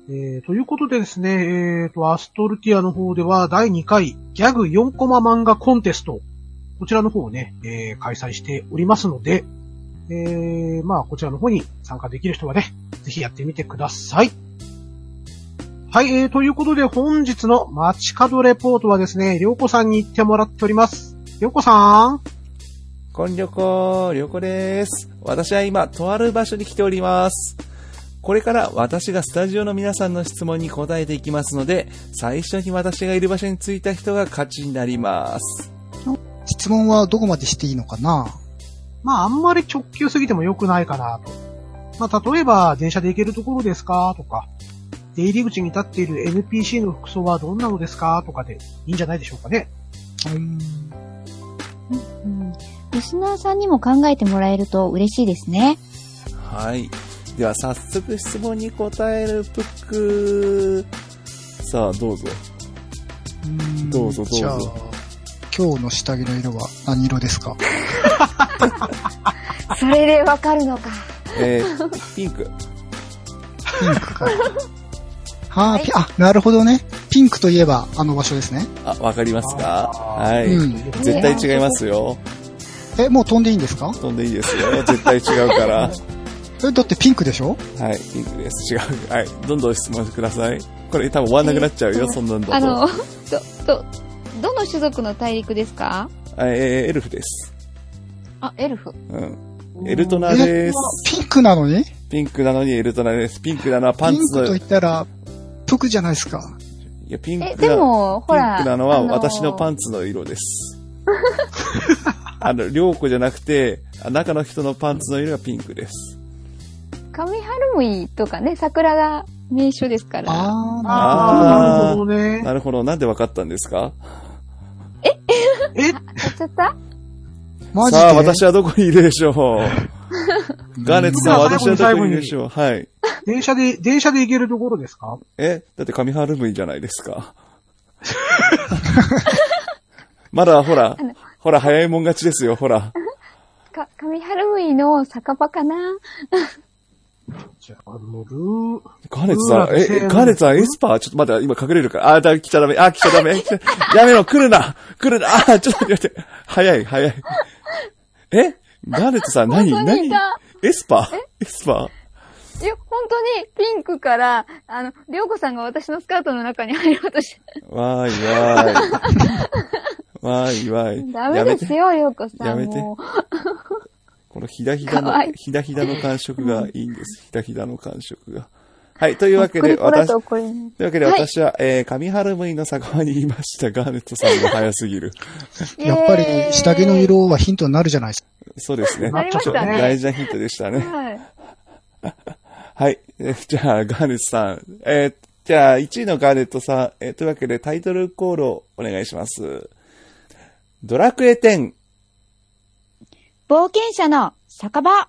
ということでですね、アストルティアの方では第2回ギャグ4コマ漫画コンテスト、こちらの方をね、開催しておりますので、こちらの方に参加できる人はね、ぜひやってみてください。はい、ということで本日の街角レポートはですね、りょうこさんに行ってもらっております。りょうこさん。 こんりょこ、りょうこです。私は今、とある場所に来ております。これから私がスタジオの皆さんの質問に答えていきますので、最初に私がいる場所に着いた人が勝ちになります。 質問はどこまでしていいのかな？ あんまり直球すぎても良くないかなと。例えば、電車で行けるところですかとか、出入り口に立っている NPC の服装はどんなのですかとかでいいんじゃないでしょうかね。 リスナーさんにも考えてもらえると嬉しいですね。 はい。では早速質問に答えるプック。さあ、どうぞ。どうぞ。 じゃあ、今日の下着の色は何色ですか？ それでわかるのか。 ピンク。 ピンクか。はい、なるほどね。ピンクといえばあの場所ですね。 わかりますか？はい、絶対違いますよ。 もう飛んでいいんですか？ 飛んでいいですよ。絶対違うから。 だってピンクでしょ？ はい、ピンクです。違う。はい、どんどん質問してください。これ多分終わんなくなっちゃうよ、そんなんだと。 どの種族の大陸ですか？ エルフです。 エルフ。 エルトナです。 ピンクなのに？ ピンクなのにエルトナです。ピンクなのはパンツの。 ピンクと言ったら、服じゃないですか。 いや、ピンクでも、ほら。 ピンクなのは私のパンツの色です。りょうこじゃなくて、中の人のパンツの色がピンクです。 上春向とかね、桜が名所ですから。 なるほどね。 なるほど。なんでわかったんですか？ やっちゃった？ マジで？ さあ、私はどこにいるでしょう？ガーネットさん、私はどこにいるでしょう？はい。 電車で行けるところですか？ だって上春向じゃないですか。まだほら、早いもん勝ちですよ、ほら。 上春向の酒場かな？ じゃあ、 ガーネットさん、ガーネットさんエスパー？ちょっと待って、今隠れるから。来ちゃダメ。来ちゃダメ。やめろ、来るな。ちょっと待って。早い。ガーネットさん、何エスパー？ いや、本当にピンクから、りょうこさんが私のスカートの中に入ろうとして。 わーい。 ダメですよ、りょうこさん。 やめて。このひだひだの感触がいいんです。ひだひだの感触が。はい、というわけで私は、上春向の酒場にいました。ガーネットさんが早すぎる。 やっぱり下着の色はヒントになるじゃないですか。 そうですね。 ちょっと大事なヒントでしたね。はい。じゃあ、ガーネットさん。じゃあ、1位のガーネットさん。というわけで、タイトルコールをお願いします。ドラクエ10。 冒険者の酒場。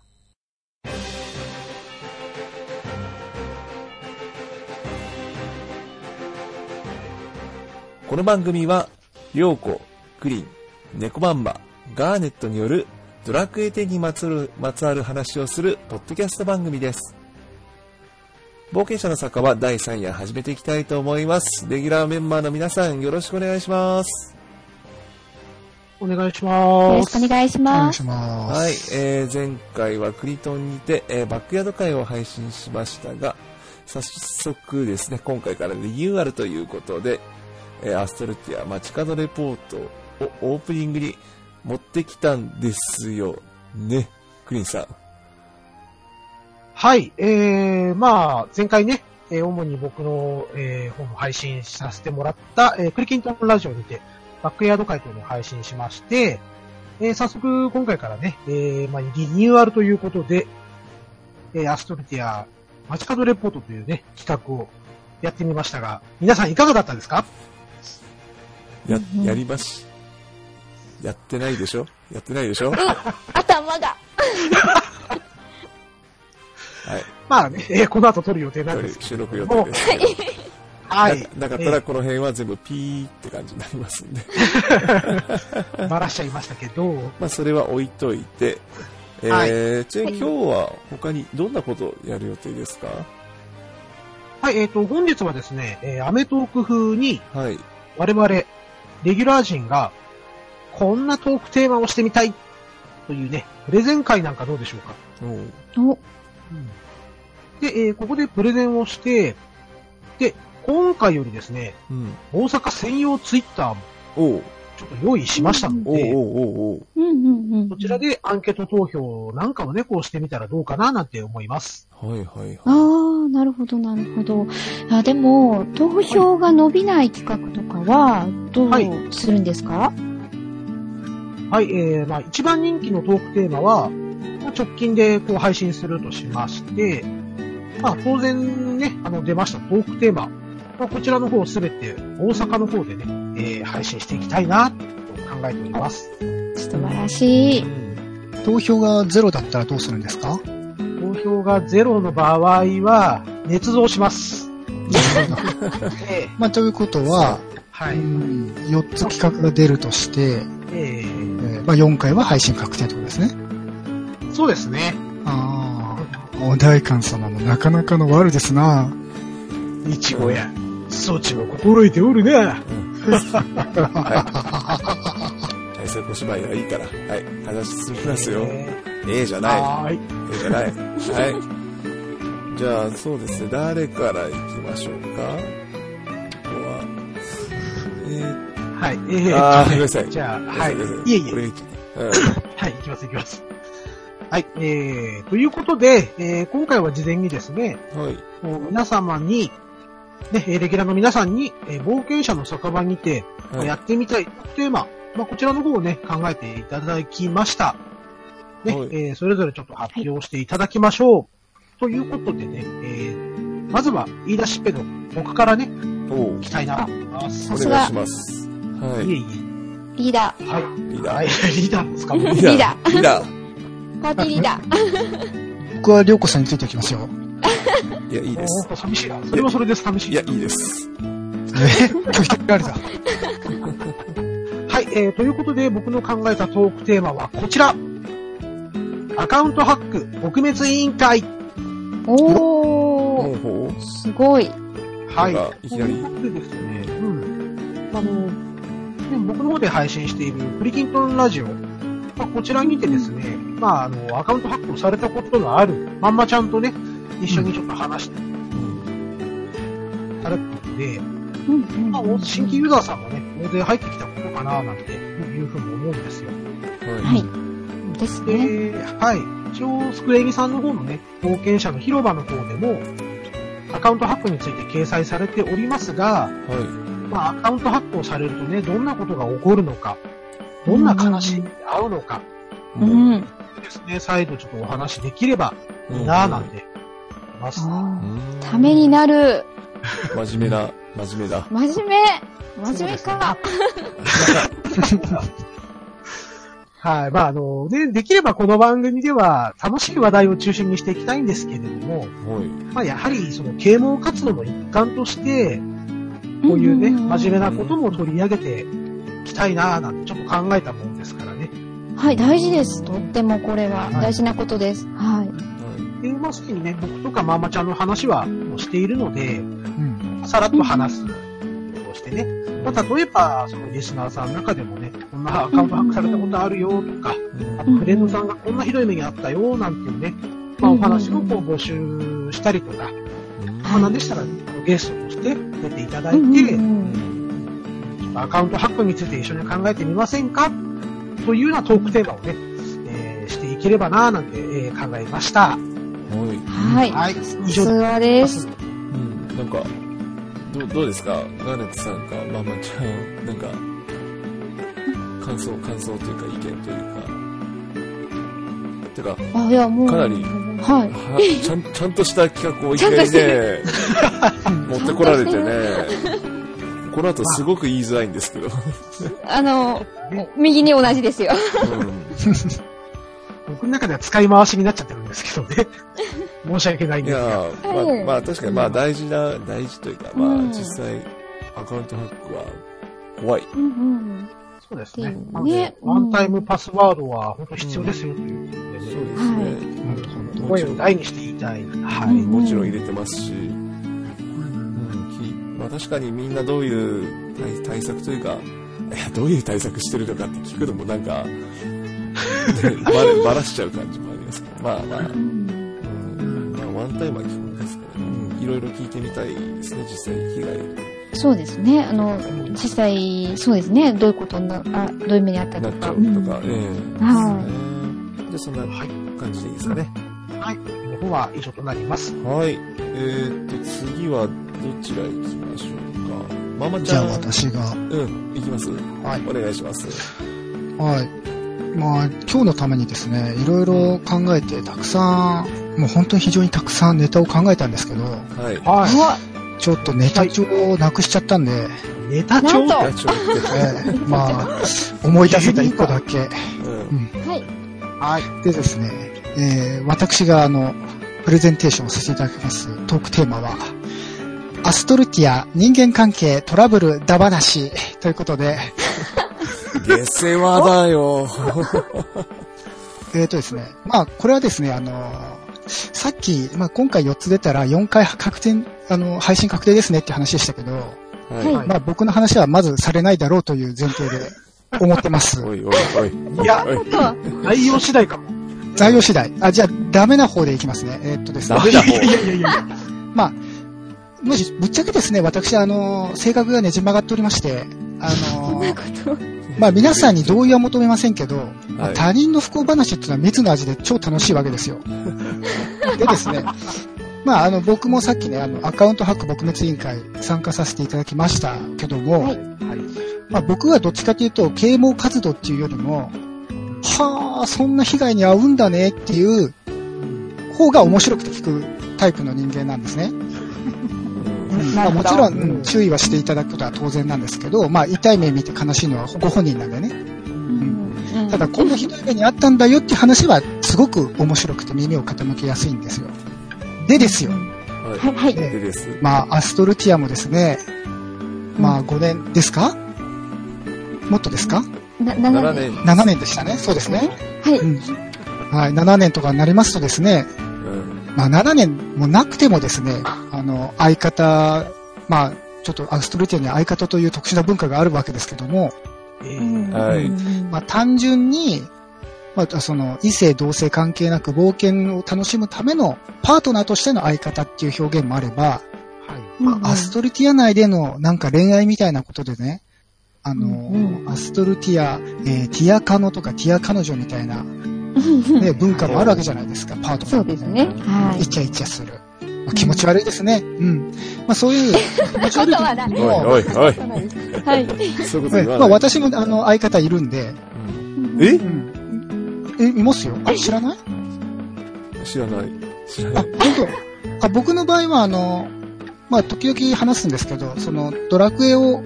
この番組は、りょうこ、クリン、猫バンバ、ガーネットによるドラクエ10にまつわる話をするポッドキャスト番組です。冒険者の酒場第3夜始めていきたいと思います。レギュラーメンバーの皆さんよろしくお願いします。 お願いします。 よろしくお願いします。 はい、前回はクリトンにて、バックヤード会を配信しましたが、早速ですね、今回からリニューアルということで、アストルティア街角レポートをオープニングに持ってきたんですよね、クリンさん。 はい、前回ね、主に僕の、本を配信させてもらった、クリキントンラジオにて、バックヤード会というのを配信しまして、早速今回からね、リニューアルということで、アストルティア街角レポートというね、企画をやってみましたが、皆さんいかがだったですか？ やります。やってないでしょ？ 頭が。 はい。この後撮る予定なんですけど。 収録予定です。 はい。 だからこの辺は全部ピーって感じになりますんで。 バラしちゃいましたけど。 それは置いといて、ちなみに今日は他にどんなことをやる予定ですか？ はい、本日はですね、アメトーク風に、 はい。 我々、レギュラー陣が、こんなトークテーマをしてみたいというね、プレゼン会なんかどうでしょうか。 お、 で、ここでプレゼンをして、で、今回よりですね、 うん。 大阪専用ツイッターもおう。 ちょっと用意しましたので、 おうおうおうおう。 うんうんうん。 そちらでアンケート投票なんかをね、こうしてみたらどうかななんて思います。 はいはいはい。 ああ、なるほど、なるほど。あ、でも、投票が伸びない企画とかは、どうするんですか？ はい、まあ一番人気のトークテーマは、直近でこう配信するとしまして、まあ当然ね、出ましたトークテーマ、まあ、こちらの方すべて大阪の方でね、配信していきたいなと考えております。 素晴らしい。 投票がゼロだったらどうするんですか？ 投票がゼロの場合は、捏造します。 まあ、ということは、 はい。 4つ企画が出るとして、まあ、4回は配信確定ということですね。 そうですね。 ああ、お代官様もなかなかの悪ですな。 いちごや、そちも心得ておるな。 はい、それ小芝居はいいから。はい、話進みますよ。じゃない。 はい。 じゃない。はい。じゃあ、そうですね。誰から行きましょうか。ここは。 はい。 ごめんなさい。 じゃあ、はい。 いえ。 はい、行きます。はい。ということで、今回は事前にですね、 はい。 皆様に、ね、レギュラーの皆さんに、冒険者の酒場にて、やってみたいテーマ、まあ、こちらの方をね、考えていただきました。ね、それぞれちょっと発表していただきましょう。ということでね、まずは、言い出しっぺの僕からね、行きたいなと思います。 お願いします。はい。 いえいえ。 リーダー。 はい。 リーダー。 はい、リーダーですか？ リーダー。 リーダー。 パーティーリーダー。 僕はりょうこさんについていきますよ。 いや、いいです。 寂しいな。それはそれで寂しい。 いや、いいです。 拒否られた。 はい、ということで僕の考えたトークテーマはこちら。アカウントハック撲滅委員会。 おー。すごい。 はい。 いきなり。 でですね、僕の方で配信しているクリキントンラジオ。まあ、こちらにてですね、まあ、アカウントハックをされたことのあるまんまちゃんとね、一緒にちょっと話していただくので、まあ、新規ユーザーさんもね、大勢入ってきたことかな、なんていうふうに思うんですよ。 はい。ですね。 はい。一応、スクエニさんの方のね、冒険者の広場の方でも、アカウントハックについて掲載されておりますが、まあ、アカウントハックをされるとね、どんなことが起こるのか、どんな悲しみに遭うのか、ですね、再度ちょっとお話できればいいなぁなんて思います。 ためになる。 真面目だ。 真面目か。 はい。まあ、できればこの番組では楽しい話題を中心にしていきたいんですけれども、まあ、やはりその啓蒙活動の一環として、こういうね、真面目なことも取り上げていきたいなぁなんてちょっと考えたものですからね。 はい、大事です。とってもこれは大事なことです。はい。 で、まあ、すでにね、僕とかママちゃんの話はもうしているので、さらっと話すとしてね。まあ、例えば、そのリスナーさんの中でもね、こんなアカウントハックされたことあるよとか、あとフレンドさんがこんなひどい目にあったよなんていうね、まあ、お話をこう募集したりとか、まあ、なんでしたら、ゲストとして出ていただいて、アカウントハックについて一緒に考えてみませんかというようなトークテーマをね、していければなぁなんて、考えました。 はい。 以上です。 なんか、どうですかガーネットさんか、ママちゃん、なんか、感想というか意見というか。てか、 いや、もう。 かなり、ちゃんとした企画を一回ね、持ってこられてね、この後すごく言いづらいんですけど。 右に同じですよ。 僕の中では使い回しになっちゃってるんですけどね。申し訳ないんですが。 いや、まあ確かに大事というか、まあ実際アカウントハックは怖い。 そうですね。ワンタイムパスワードは本当必要ですよということでね。 そうですね。 声を大にして言いたい。 はい。もちろん入れてますし。 まあ確かにみんなどういう対策というか、いや、どういう対策してるのかって聞くのもなんか、バラしちゃう感じもありますけど、まあ、まあワンタイムは基本ですけど、いろいろ聞いてみたいですね、実際被害。 そうですね。実際、そうですね。どういうことどういう目にあったとか。 なっちゃうとか、 はい。 で、そんな感じでいいですかね。 はい。の方は以上となります。 はい。次はどちら行きましょうか。ママちゃん。 じゃあ私が。 行きます。はい。お願いします。 はい。まあ、今日のためにですね、いろいろ考えて、たくさん、もう本当に非常にたくさんネタを考えたんですけど、 はい。 はい。 ちょっとネタ帳をなくしちゃったんで、 ネタ帳なんとまあ、思い出せた一個だけ。 はい。 はい。 でですね、私がプレゼンテーションをさせていただきますトークテーマは、アストルティア人間関係トラブルだ話ということで、 下世話だよ。 ですね、まあ、これはですね、さっき、まあ、今回4つ出たら4回確定、配信確定ですねって話でしたけど、 はい。 まあ、僕の話はまずされないだろうという前提で思ってます。 おいおいおい。 いや、内容次第かも。 内容次第。じゃあ、ダメな方でいきますね。ですね。 ダメな方。 いや。 まあ、ぶっちゃけですね、私、性格がねじ曲がっておりまして、まあ、皆さんに同意は求めませんけど、まあ、他人の不幸話っていうのは蜜の味で超楽しいわけですよ。でですね、まあ、僕もさっきね、アカウントハック撲滅委員会参加させていただきましたけども、はい。まあ、僕はどっちかというと、啓蒙活動っていうよりも、はあ、そんな被害に遭うんだねっていう方が面白くて聞くタイプの人間なんですね。まあ、もちろん、注意はしていただくことは当然なんですけど、まあ、痛い目見て悲しいのはご本人なんでね。ただ、こんなひどい目にあったんだよっていう話は、すごく面白くて耳を傾けやすいんですよ。でですよ。 はい。 でです。 まあ、アストルティアもですね、まあ、5年ですか？もっとですか ？7年。 7年でしたね。そうですね。 はい。 はい、7年とかになりますとですね、まあ7年もなくてもですね、相方、まあ、ちょっとアストルティアには相方という特殊な文化があるわけですけども、 はい。 まあ単純に、まあ、異性同性関係なく冒険を楽しむためのパートナーとしての相方っていう表現もあれば、アストルティア内でのなんか恋愛みたいなことでね、アストルティア、ティアカノとかティア彼女みたいな、ね、文化もあるわけじゃないですか、パートナー。 そうですね。はい。 イチャイチャする。まあ、気持ち悪いですね。まあそういう、気持ち悪い時にも、 おい。 はい。 そういうこと言わない。 まあ私も相方いるんで。いますよ。知らない？ 知らない。 本当。僕の場合はまあ時々話すんですけど、ドラクエ10、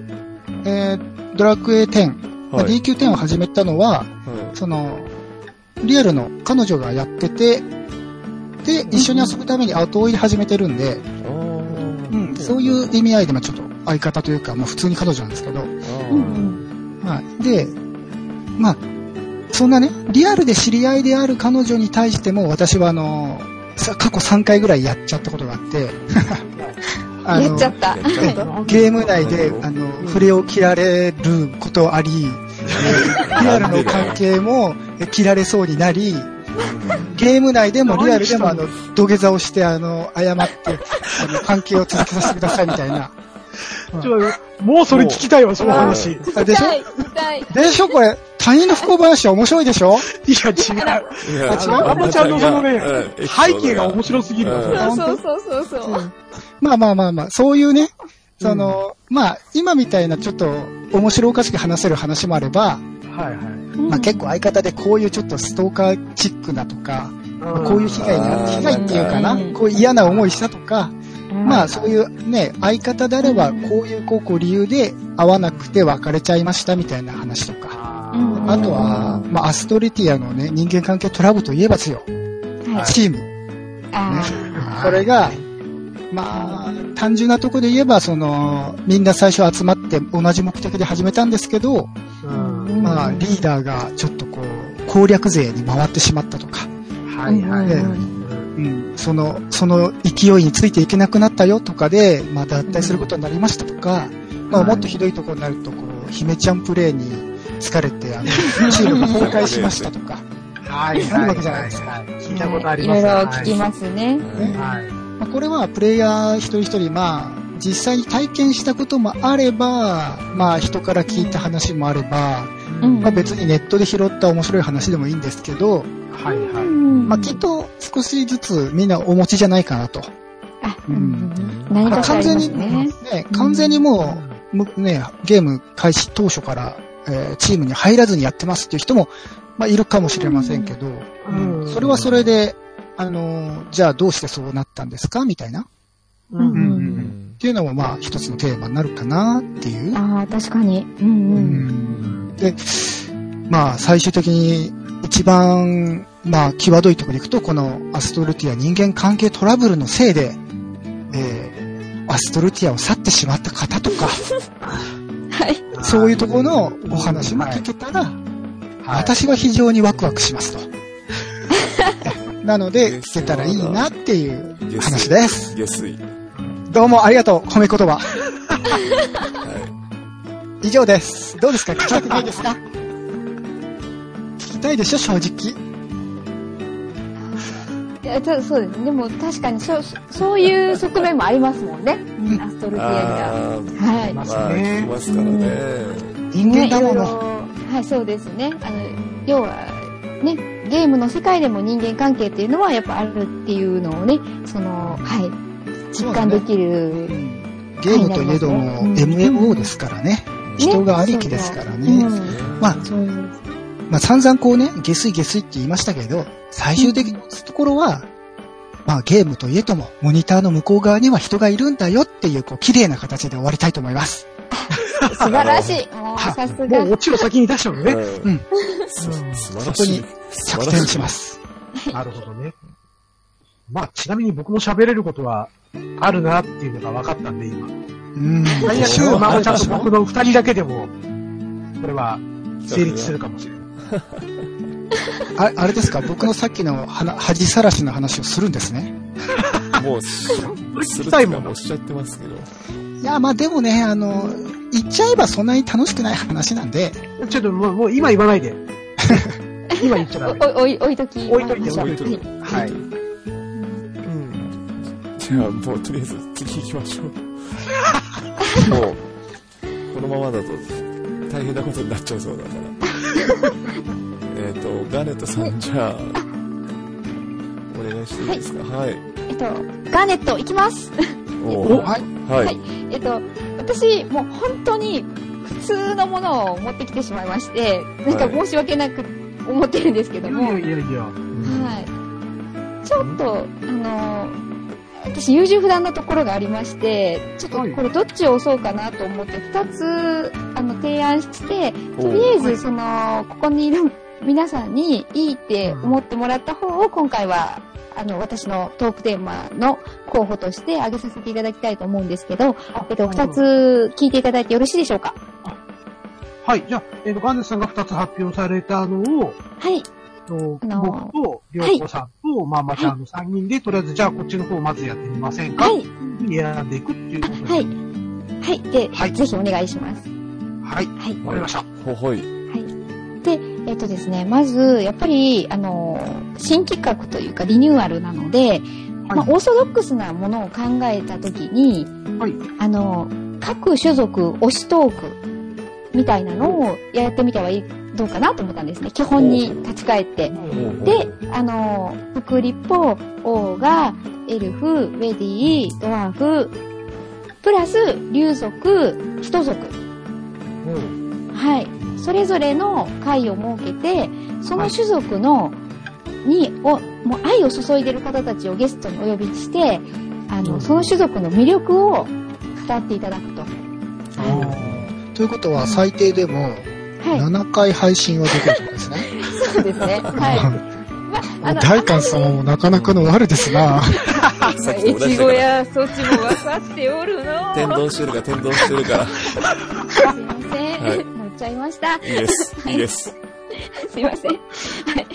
まあ、DQ10 を始めたのは、リアルの彼女がやってて、で、一緒に遊ぶために後追いで始めてるんで、そういう意味合いでもちょっと相方というか、まあ普通に彼女なんですけど、で、まあ、そんなね、リアルで知り合いである彼女に対しても、私は過去3回ぐらいやっちゃったことがあって、 やっちゃった。 ゲーム内で、触れを切られることあり、リアルの関係も切られそうになり、ゲーム内でもリアルでも土下座をして謝って関係を続けさせてくださいみたいな。 もうそれ聞きたいわ、その話。 でしょ？でしょこれ、他人の不幸話は面白いでしょ？ いや、違う。アマちゃんのそのね、背景が面白すぎる。 そう。 まあ、そういうね、まあ、今みたいなちょっと面白おかしく話せる話もあれば、まあ結構相方でこういうちょっとストーカーチックなとか、こういう被害っていうかな、こういう嫌な思いしたとか、まあそういうね、相方であればこういう理由で会わなくて別れちゃいましたみたいな話とか、あとは、まあアストリティアのね、人間関係トラブルといえばですよ、チーム。これが、まあ、単純なところで言えば、みんな最初集まって同じ目的で始めたんですけど、まあ、リーダーがちょっと攻略勢に回ってしまったとか。 その勢いについていけなくなったよとかで、まあ脱退することになりましたとか、まあもっとひどいところになると、こう、姫ちゃんプレイに疲れて、チームが崩壊しましたとか、あるわけじゃないですか。 聞いたことあります。 いろいろ聞きますね。 まあこれはプレイヤー一人一人、まあ、実際に体験したこともあれば、まあ人から聞いた話もあれば、まあ別にネットで拾った面白い話でもいいんですけど、まあきっと少しずつみんなお持ちじゃないかなと。完全にね、完全にもう、ね、ゲーム開始当初から、チームに入らずにやってますっていう人も、まあいるかもしれませんけど、それはそれで、じゃあどうしてそうなったんですかみたいな。っていうのもまあ一つのテーマになるかなっていう。 ああ、確かに。 で、まあ最終的に一番、まあ際どいところに行くと、このアストルティア人間関係トラブルのせいで、アストルティアを去ってしまった方とか、そういうところのお話も聞けたら、私は非常にワクワクしますと。なので、聞けたらいいなっていう話です。どうもありがとう、褒め言葉。以上です。どうですか？聞きたくないですか？聞きたいでしょ、正直。 いや、そうですね。でも確かにそういう側面もありますもんね。アストルティアには。はい。 まあ、聞きますからね。 人間だもの。 はい、そうですね。要は、ね、ゲームの世界でも人間関係っていうのはやっぱあるっていうのをね、実感できる。 ゲームといえども、MMO ですからね。人がありきですからね。まあ散々こうね、下水って言いましたけど、最終的なところは、まあゲームといえども、モニターの向こう側には人がいるんだよっていう、こう、綺麗な形で終わりたいと思います。 素晴らしい。さすが。 もうオチを先に出したのね。 そこに着点します。 なるほどね。まあ、ちなみに僕も喋れることはあるなっていうのが分かったんで、今。最悪、ママちゃんと僕の二人だけでも、これは成立するかもしれない。 あれですか、僕のさっきの恥さらしの話をするんですね。 もう、するともおっしゃってますけど。 いや、まあでもね、言っちゃえばそんなに楽しくない話なんで。 ちょっともう今言わないで。今言っちゃダメ。 置いとき。 はい。 じゃあもうとりあえず次行きましょう。もう、このままだと大変なことになっちゃうそうだから。ガネットさん、じゃあ、お願いしていいですか？はい。 ガーネット、いきます。 はい。 私、もう本当に普通のものを持ってきてしまいまして、なんか申し訳なく思ってるんですけども。はい。ちょっと、私、優柔不断なところがありまして、ちょっとこれどっちを押そうかなと思って、2つ、提案して、とりあえず、ここにいる皆さんにいいって思ってもらった方を、今回は、私のトークテーマの候補として挙げさせていただきたいと思うんですけど、2つ聞いていただいてよろしいでしょうか？ はい。じゃあ、ガンネさんが2つ発表されたのを、はい。僕と、りょうこさんと、ままちゃんの3人で、とりあえず、じゃあこっちの方をまずやってみませんか？はい。選んでいくっていうことです。はい。 はい。で、ぜひお願いします。 はい。はい。わかりました。 はい。 で、ですね、まず、やっぱり、新企画というかリニューアルなので、まあ、オーソドックスなものを考えたときに、はい。各種族推しトークみたいなのをやってみてはいいどうかなと思ったんですね。基本に立ち返って。で、福リポ、オーガ、エルフ、ウェディ、ドワーフ、プラス、竜族、人族。はい。それぞれの会を設けて、その種族の、もう愛を注いでる方たちをゲストにお呼びして、その種族の魅力を語っていただくと。 ということは、最低でも、7回配信はできるってことですね。 そうですね。はい。 大観様もなかなかの悪ですな。 越後やそっちも分かっておるの。 天丼してるから。 すいません。乗っちゃいました。 いいです。 すいません。はい。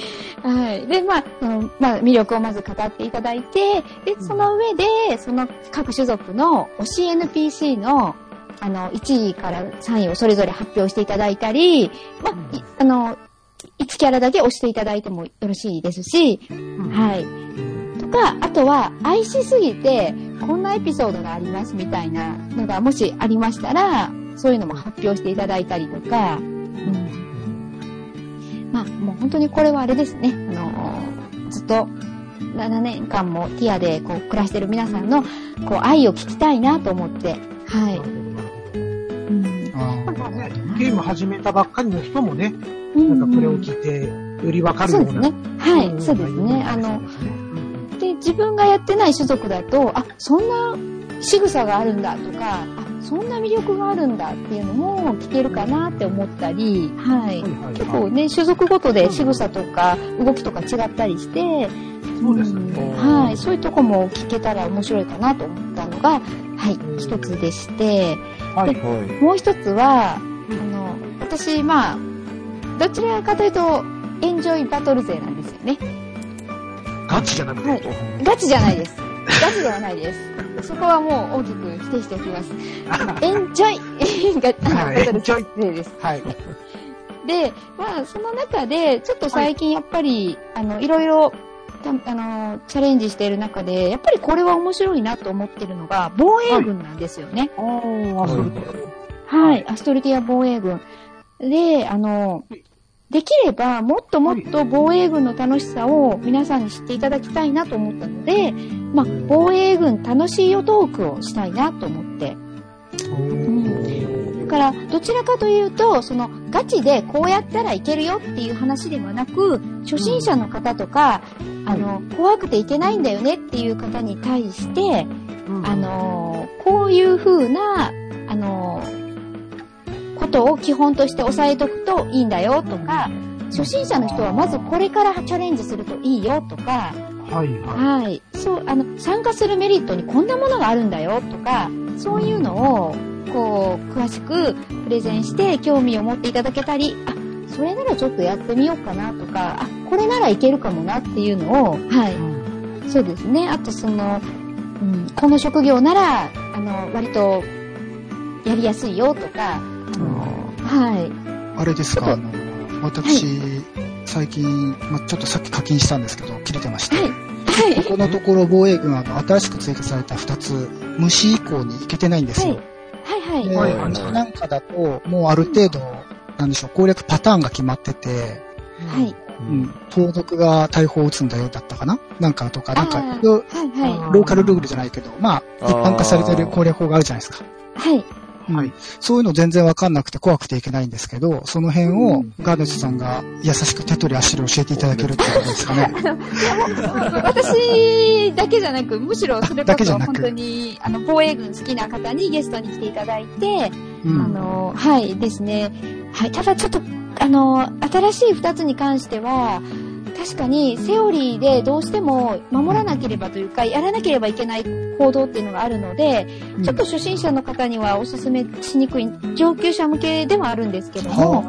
はい。で、魅力をまず語っていただいて、で、その上で、その各種族の推し NPC の、1位から3位をそれぞれ発表していただいたり、1キャラだけ押していただいてもよろしいですし、はい。とか、あとは、愛しすぎて、こんなエピソードがありますみたいなのがもしありましたら、そういうのも発表していただいたりとか、もう本当にこれはあれですね。ずっと7年間もティアでこう暮らしてる皆さんのこう愛を聞きたいなと思って、はい。 ゲーム始めたばっかりの人もね、なんかこれを聞いてよりわかるような。 そうですね。はい、そうですね。で、自分がやってない種族だと、そんな仕草があるんだとか、そんな魅力があるんだっていうのも聞けるかなって思ったり、はい。結構ね、種族ごとで仕草とか動きとか違ったりして、 そうですね。 はい。そういうとこも聞けたら面白いかなと思ったのが、はい、一つでして、でもう一つは、私、どちらかというと、エンジョイバトル勢なんですよね。 ガチじゃなくて、 ガチじゃないです。ガチではないです。そこはもう大きく否定しておきます。エンジョイバトル勢です。はい。で、その中で、ちょっと最近やっぱり、いろいろ、チャレンジしている中で、やっぱりこれは面白いなと思ってるのが、防衛軍なんですよね。はい、アストルティア防衛軍。で、できれば、もっともっと防衛軍の楽しさを皆さんに知っていただきたいなと思ったので、防衛軍楽しいよトークをしたいなと思って。だから、どちらかというと、ガチでこうやったらいけるよっていう話ではなく、初心者の方とか、怖くていけないんだよねっていう方に対して、こういう風な、ことを基本として押さえとくといいんだよとか、初心者の人はまずこれからチャレンジするといいよとか、はい。そう、参加するメリットにこんなものがあるんだよとか、そういうのを、こう、詳しくプレゼンして興味を持っていただけたり、それならちょっとやってみようかなとか、これならいけるかもなっていうのを、はい。そうですね。あとこの職業なら、割とやりやすいよとか、はい。 あれですか、私、最近、ちょっとさっき課金したんですけど、切れてまして。ここのところ防衛軍は新しく追加された2つ、虫以降に行けてないんですよ。で、なんかだと、もうある程度、なんでしょう、攻略パターンが決まってて、盗賊が大砲を撃つんだよだったかななんかとか、ローカルルールじゃないけど、一般化されてる攻略法があるじゃないですか。そういうの全然わかんなくて怖くていけないんですけど、その辺をガーネットさんが優しく手取り足取り教えていただけるってことですかね。 私だけじゃなく、むしろそれこそ本当に防衛軍好きな方にゲストに来ていただいて、はいですね。はい。ただちょっと新しい2つに関しては、確かにセオリーでどうしても守らなければというか、やらなければいけない行動っていうのがあるので、ちょっと初心者の方にはお勧めしにくい上級者向けではあるんですけども、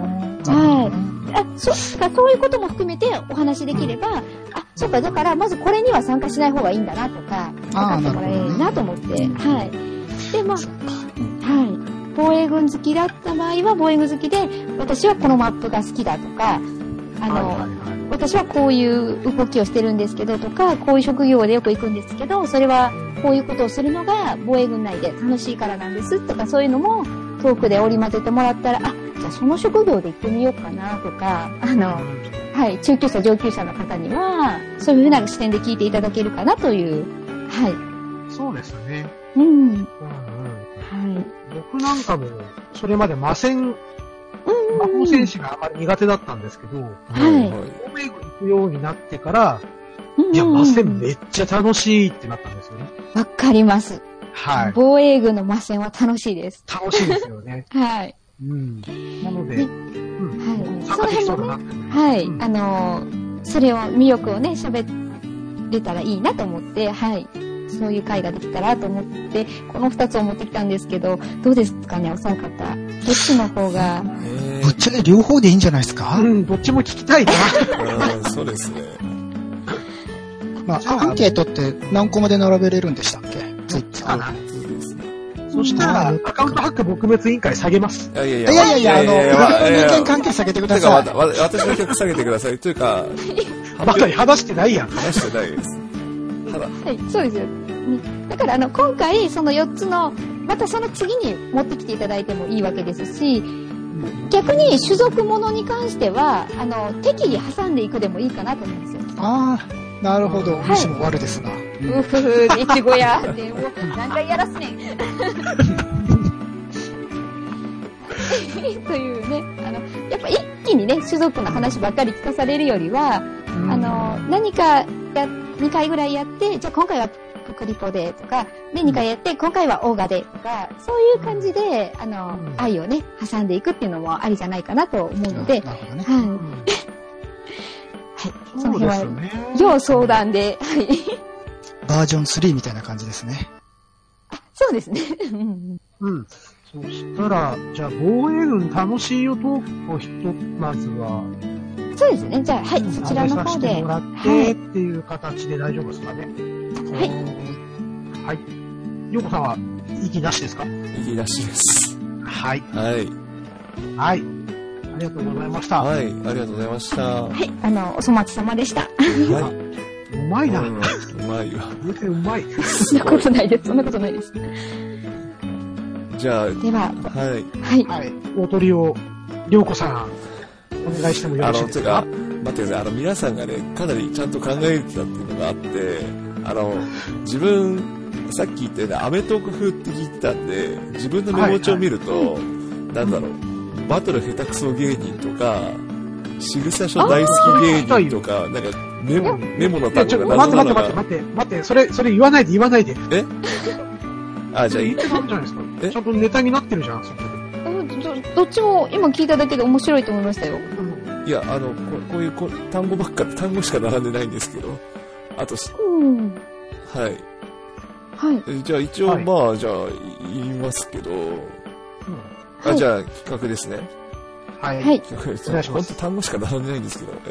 そういうことも含めてお話できれば、そうか、だからまずこれには参加しない方がいいんだなとか、分かってもらえるなと思って、はい。で、防衛軍好きだった場合は防衛軍好きで、私はこのマップが好きだとか、私はこういう動きをしてるんですけどとか、こういう職業でよく行くんですけど、それはこういうことをするのが防衛軍内で楽しいからなんですとか、そういうのもトークで織り交ぜてもらったら、じゃあその職業で行ってみようかなとか、はい、中級者上級者の方には、そういうふうな視点で聞いていただけるかなという、はい。 そうですね。 はい。 僕なんかも、それまで魔法戦士があまり苦手だったんですけど、防衛軍行くようになってから、いや、魔戦めっちゃ楽しいってなったんですよね。 わかります。はい。防衛軍の魔戦は楽しいです。 楽しいですよね。 はい。 なので、参加できそうだなって。 はい。それを、魅力をね、喋れたらいいなと思って、はい。そういう会ができたらと思って、この2つを持ってきたんですけど、どうですかね、お三方。どっちの方が。 ぶっちゃけ両方でいいんじゃないですか？ うん、どっちも聞きたいな。 そうですね。 まあ、アンケートって何個まで並べれるんでしたっけ？ツイッター。 そしたら、アカウントハック撲滅委員会下げます。 いや、人間関係下げてください。 私の曲下げてください。というか、 まだ話してないやん。 話してないです。 はい、そうですよ。だから、今回、その4つの、またその次に持ってきていただいてもいいわけですし、逆に種族ものに関しては、適宜挟んでいくでもいいかなと思うんですよ。 ああ、なるほど。むしろ悪ですな。 うふふ、いちごやって、もう何回やらすねん。というね、やっぱ一気にね、種族の話ばっかり聞かされるよりは、何か2回ぐらいやって、じゃあ今回はプクリポでとか、で2回やって、今回はオーガでとか、そういう感じで、愛をね、挟んでいくっていうのもありじゃないかなと思うので、 なるほどね。 はい。はい。その辺は、要相談で、はい。 バージョン3みたいな感じですね。 そうですね。 うん。そしたら、じゃあ、防衛軍楽しいよトークをまずは。 そうですね。じゃあ、はい、そちらの方で。 もらってっていう形で大丈夫ですかね。 はい。 はい。ようこさんは、息なしですか？ 息なしです。 はい。 はい。 はい。ありがとうございました。 はい、ありがとうございました。 はい、お粗末様でした。はい。 うまいな。 うまいわ。 全然うまい。 そんなことないです。そんなことないです。 じゃあ、 では、 はい。 はい。大鳥を、りょうこさん、お願いしてもよろしいですか？ 待ってください。皆さんがね、かなりちゃんと考えてたっていうのがあって、自分、さっき言ったようにアメトーク風って聞いてたんで、自分のメモ帳を見ると、なんだろう、バトル下手くそ芸人とか、仕草書大好き芸人とか、なんかメモの単語が待って、それ言わないで。 えあ、じゃあいい。 じゃないですか。ちゃんとネタになってるじゃん、それ。 どっちも今聞いただけで面白いと思いましたよ。 いや、こういう単語ばっかで単語しか並んでないんですけど、あと、はい。 はい。 じゃあ一応、まあ、じゃあ言いますけど、じゃあ企画ですね。 はい。 企画です。本当単語しか並んでないんですけど、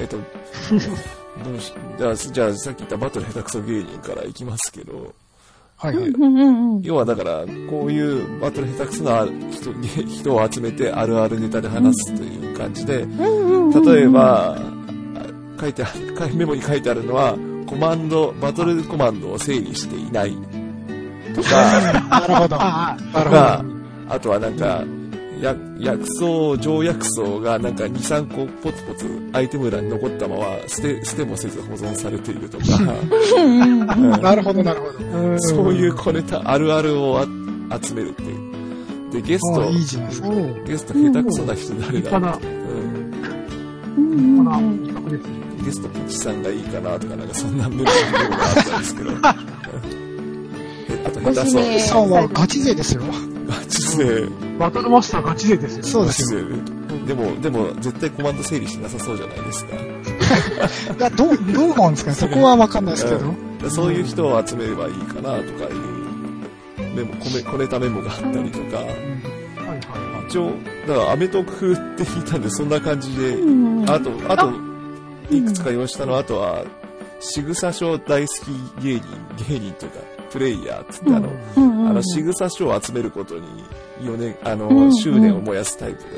じゃあさっき言ったバトル下手くそ芸人からいきますけど、 はいはい。 要はだから、こういうバトル下手くそな人を集めてあるあるネタで話すという感じで、例えば、メモに書いてあるのは、バトルコマンドを整理していない。とか、 なるほど。 あとはなんか、条約層がなんか2、3個ポツポツアイテム欄に残ったまま捨てもせず保存されているとか。 なるほど。 そういう小ネタあるあるを集めるっていう。で、ゲスト下手くそな人誰だって。ゲストピチさんがいいかなとか、なんかそんな無理なものがあったんですけど。あと下手そう。 さんはガチ勢ですよ。 ガチ勢。 バトルマスターガチ勢ですよ。 そうですよ。 でも、絶対コマンド整理してなさそうじゃないですか。 いや、どうなんですかね。そこはわかんないですけど。 そういう人を集めればいいかなとかいう小ネタメモがあったりとか。一応、だからアメトーク風って聞いたんで、そんな感じで、あと、いくつか用意したのは、あとは、仕草書大好き芸人というか、プレイヤーつって仕草書を集めることに執念を燃やすタイプで、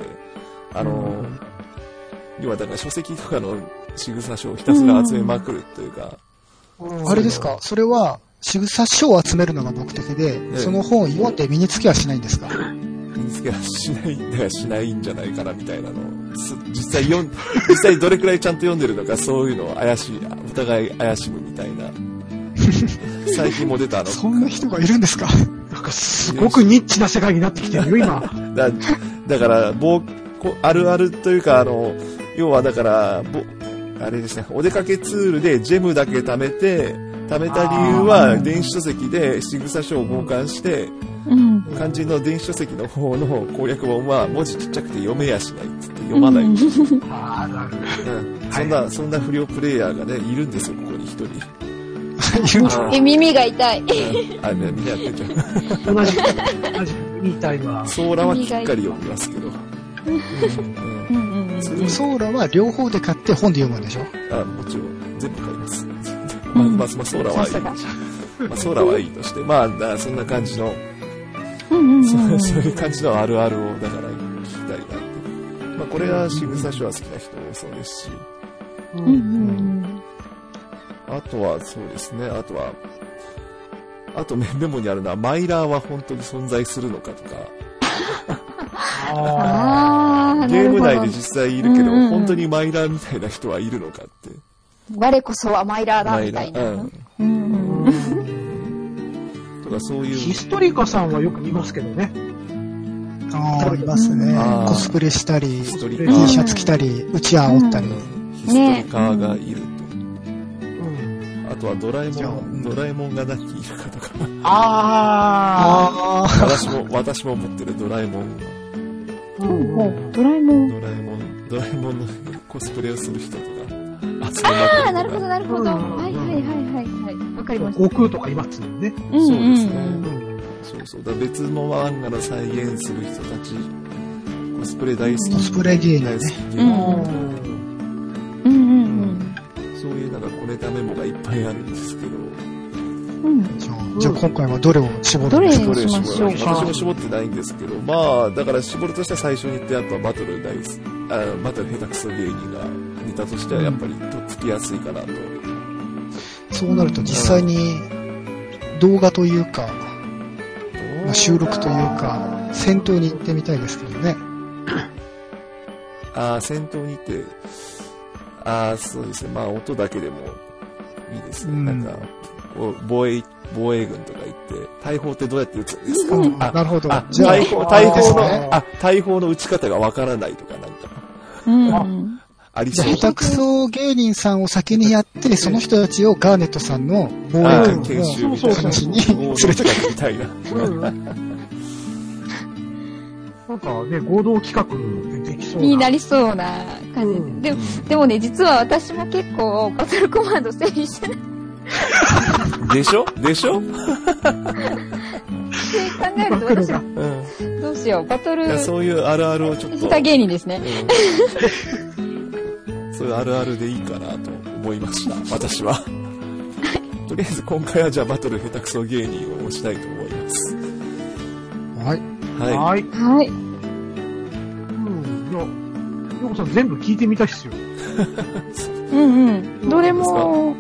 要はだから書籍とかの仕草書をひたすら集めまくるというか。 あれですか？それは、仕草書を集めるのが目的で、その本を読んで身につけはしないんですか？ 身につけはしないんじゃないかなみたいなのを、実際どれくらいちゃんと読んでるのか、そういうのをお互い怪しむみたいな。最近も出たそんな人がいるんですか？ なんかすごくニッチな世界になってきてるよ、今。 だから、あるあるというか、要はだから、あれですね、お出かけツールでジェムだけ貯めた理由は、電子書籍で仕草書を交換して、肝心の電子書籍の方の攻略本は文字ちっちゃくて読めやしないっつって読まない。そんな不良プレイヤーがね、いるんですよ、ここに一人。 耳が痛い。 みんなやってんじゃん。 同じ耳痛いわ。 ソーラはしっかり読みますけど。 ソーラは両方で買って本で読むんでしょ？ もちろん、全部買います。まあ、ソーラはいい。まあ、ソーラはいいとして、まあ、そんな感じの、そういう感じのあるあるを、だから聞きたいなって。まあ、これが仕草書は好きな人もそうですし。あとは、そうですね、あとメモにあるのは、マイラーは本当に存在するのかとか。ゲーム内で実際いるけど、本当にマイラーみたいな人はいるのかって。 我こそはマイラーだみたいな。 とかそういう。 ヒストリカさんはよく見ますけどね。 いますね。コスプレしたり、T シャツ着たり、うちわ煽ったり。 ヒストリカーがいると。あとはドラえもんが何人いるかとか。私も持ってるドラえもんが。 ドラえもんのコスプレをする人とか。 なるほど。はい。わかりました。 悟空とかいますもんね。 そうですね。そうだ別の漫画の再現する人たち、コスプレ大好き。 コスプレ芸人ね。 そういうなんか小ネタメモがいっぱいあるんですけど。 じゃあ今回はどれを絞るんですか？ どれにしましょうか。 私も絞ってないんですけど、まあ、だから絞るとしては最初に言ってあとはバトル下手くそ芸人がネタとしてはやっぱりとっつきやすいかなと。 そうなると実際に動画というか、収録というか、戦闘に行ってみたいですけどね。 戦闘に行って、そうですね。まあ、音だけでもいいですね。なんか、防衛軍とか言って、大砲ってどうやって撃つんですか？ なるほど。 じゃあ、大砲の撃ち方がわからないとかなんか。ありそう。 下手くそ芸人さんを先にやって、その人たちをガーネットさんの防衛軍の話に連れてくみたいな。 なんかね、合同企画にできそうになりそうな感じでもね、実は私も結構バトルコマンド整理してる。 でしょって考えると私は、どうしよう、バトル。 そういうあるあるをちょっと。 下芸人ですね。 そういうあるあるでいいかなと思いました、私は。とりあえず今回はじゃあバトル下手くそ芸人をしたいと思います。 はい。 ヨコさん全部聞いてみたいっすよ。 どれも、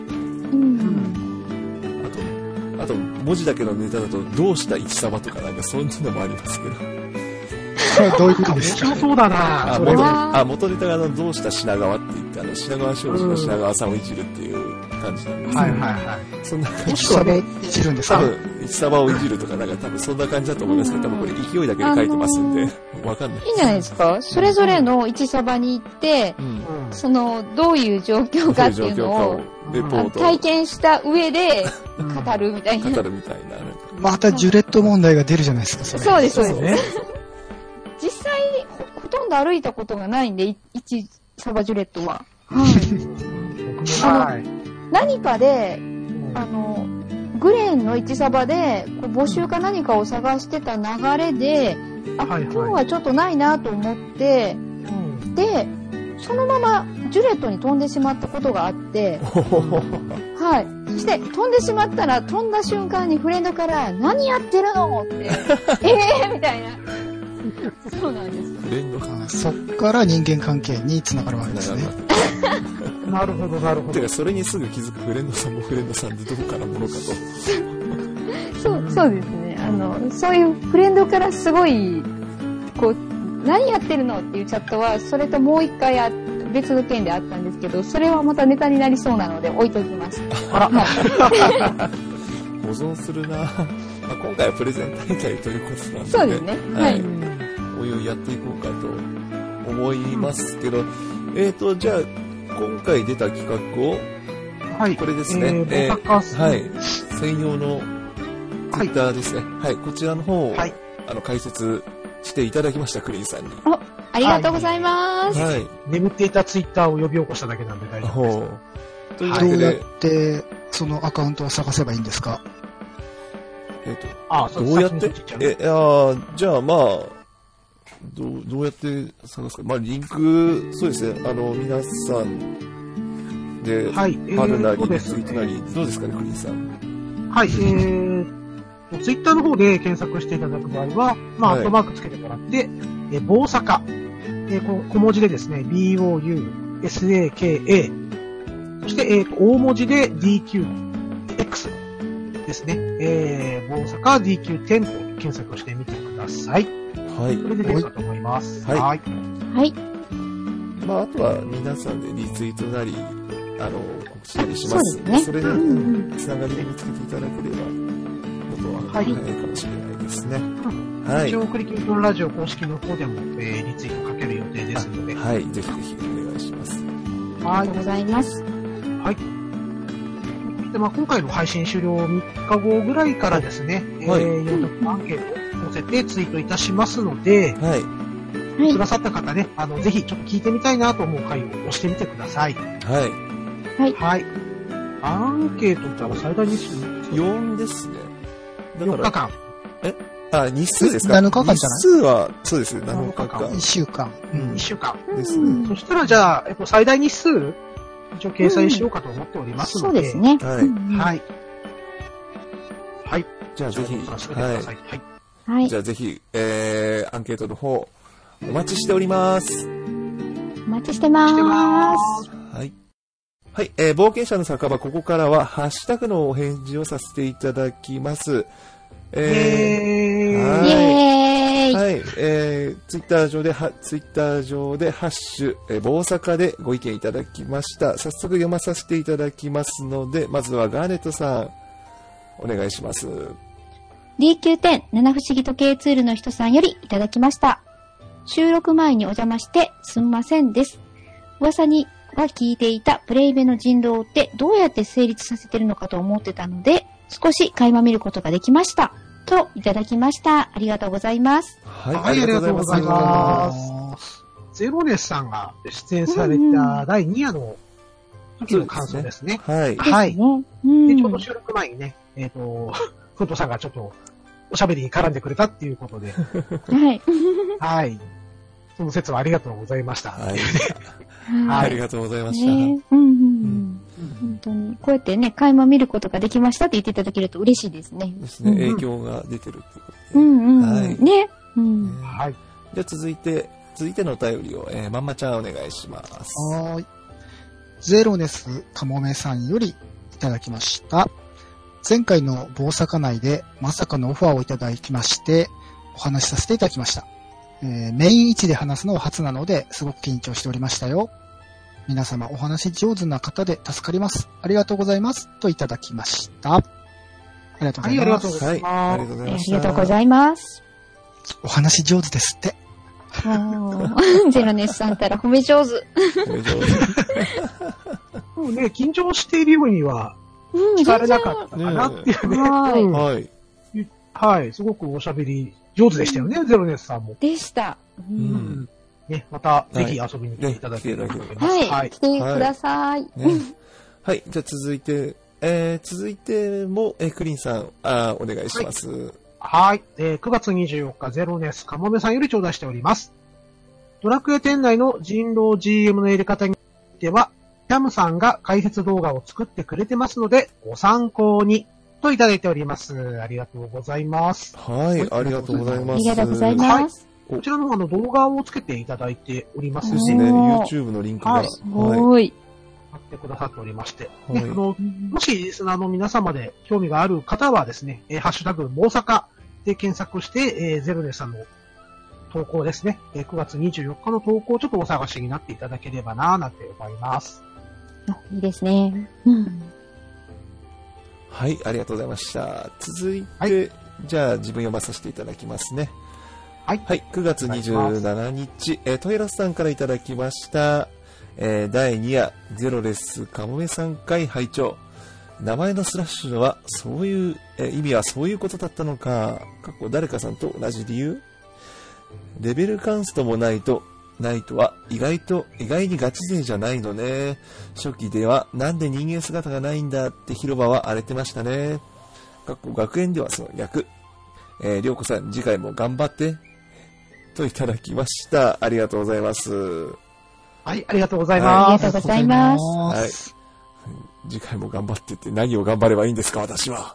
あと、文字だけのネタだと、どうした一様とかなんかそんなのもありますけど。 どういうことですか？ そうだな元ネタがどうした品川って言って、品川庄司の品川さんをいじるっていう感じなんですけど。そんな感じ。 一様をいじるんですか？ 多分、一様をいじるとかなんか多分そんな感じだと思いますけど、多分これ勢いだけで書いてますんで、わかんない。 いいんじゃないですか？それぞれの一様に行って、どういう状況かっていうのを、体験した上で語るみたいな。 またジュレット問題が出るじゃないですか、 そうです。実際、ほとんど歩いたことがないんで、一サバジュレットは。何かで、グレーンの一サバで、募集か何かを探してた流れで、今日はちょっとないなと思って、で、そのままジュレットに飛んでしまったことがあって、そして飛んでしまったら、飛んだ瞬間にフレンドから、何やってるのって、みたいな。そうなんです。 そっから人間関係に繋がるわけですね。 なるほど。 てか、それにすぐ気づくフレンドさんもフレンドさんでどこからものかと。 そうですね。そういうフレンドからすごい、何やってるのっていうチャットは、それともう一回別の件であったんですけど、それはまたネタになりそうなので置いときます。 保存するな今回はプレゼン大会ということなんで、 そうですね。 おいおいやっていこうかと思いますけど、じゃあ、今回出た企画を、これですね。専用のツイッターですね。こちらの方を、解説していただきました、クリーンさんに。 ありがとうございます。 眠っていたツイッターを呼び起こしただけなんで大丈夫です。 どうやってそのアカウントを探せばいいんですか？ どうやってじゃあまあ、 どうやって探すか。まあ、リンク、そうですね。皆さんで、 はい。 あるなり、リツイートなり、どうですかね、クリーンさん。 はい。ツイッターの方で検索していただく場合は、まあ、アットマークつけてもらって、棒坂。小文字でですね、BOUSAKA。そして、大文字で DQX ですね。棒坂 DQ10 と検索してみてください。 はい。 これで出るかと思います。 はい。 はい。 まあ、あとは皆さんでリツイートなり、告知なりします。 そうですね。 それで、つながりで見つけていただければ、ことは早いかもしれないですね。はい。 一応、クリキントンラジオ公式の方でも、リツイートかける予定ですので。 はい。ぜひぜひお願いします。 ありがとうございます。 はい。で、まあ、今回の配信終了3日後ぐらいからですね、 はい。 読読アンケートを載せてツイートいたしますので、 はい。 くださった方ね、ぜひちょっと聞いてみたいなと思う回を押してみてください。 はい。 はい。 はい。アンケートって最大日数 4ですね。だから 4日間。 日数ですか？ 7日間じゃない？ 日数は、そうですね、7日間。 1週間。 1週間。 ですね。 そしたらじゃあ、最大日数、一応掲載しようかと思っておりますので。 そうですね。 はい。 はい。はい。 じゃあぜひ、 はい。 はい。 じゃあぜひ、アンケートの方、お待ちしております。 お待ちしてまーす。 はい。はい、冒険者の酒場、ここからは、ハッシュタグのお返事をさせていただきます。 イェーイ。 はい。ツイッター上で、ハッシュ、棒坂でご意見いただきました。早速読まさせていただきますので、まずはガーネットさん、お願いします。 DQ10、七不思議時計ツールの人さんよりいただきました。収録前にお邪魔してすんませんです。噂には聞いていたプレイベの人狼ってどうやって成立させてるのかと思ってたので、少し垣間見ることができました。と、いただきました。ありがとうございます。 はい、 ありがとうございます。ゼロネスさんが出演された第2夜の時の感想ですね。 はい。 はい。で、ちょううど収録前にね、ふんとさんがちょっとおしゃべりに絡んでくれたっていうことで。 はい。 はい。その説はありがとうございました。 はい。 はい。 ありがとうございました。 本当に。こうやってね、垣間見ることができましたって言っていただけると嬉しいですね。 ですね。影響が出てるってことで。 はい。 ね。 はい。 じゃあ続いてのお便りを、まんまちゃんお願いします。 はい。ゼロネスかもめさんよりいただきました。前回の棒坂内でまさかのオファーをいただきまして、お話しさせていただきました。メイン位置で話すのは初なので、すごく緊張しておりましたよ。皆様お話上手な方で助かります。ありがとうございます。といただきました。ありがとうございます。 はい、ありがとうございます。 ありがとうございます。 お話上手ですって。 ゼロネスさんたら褒め上手。 褒め上手。 もうね、緊張しているようには聞かれなかったかなっていうね。 はい。 はい。すごくおしゃべり上手でしたよね、ゼロネスさんも。 でした。 ね、またぜひ遊びに来ていただければと思います。 はい。来てください。 はい。じゃあ続いても、クリンさん、お願いします。 はい。9月24日、ゼロネスかもめさんより頂戴しております。ドラクエ店内の人狼 GM の入れ方については、キャムさんが解説動画を作ってくれてますので、ご参考に、といただいております。ありがとうございます。 はい。ありがとうございます。 ありがとうございます。 こちらの方動画をつけていただいておりますですね。YouTube のリンクが。 すごい。 貼ってくださっておりまして。もしリスナーの皆様で興味がある方はですね、ハッシュタグ、大阪で検索して、ゼロネさんの投稿ですね。9月24日の投稿をちょっとお探しになっていただければなぁなんて思います。 いいですね。 はい、ありがとうございました。続いて、じゃあ自分読まさせていただきますね。はい。9月27日、トイラスさんからいただきました。第2夜、ゼロレスかもめ3回拝聴。名前のスラッシュは、そういう、意味はそういうことだったのか。誰かさんと同じ理由？レベルカンストもないとは意外にガチ勢じゃないのね。初期ではなんで人間姿がないんだって広場は荒れてましたね。学園ではその逆。りょうこさん次回も頑張って。 といただきました。ありがとうございます。 はい、ありがとうございます。 ありがとうございます。 はい。次回も頑張ってって何を頑張ればいいんですか、私は。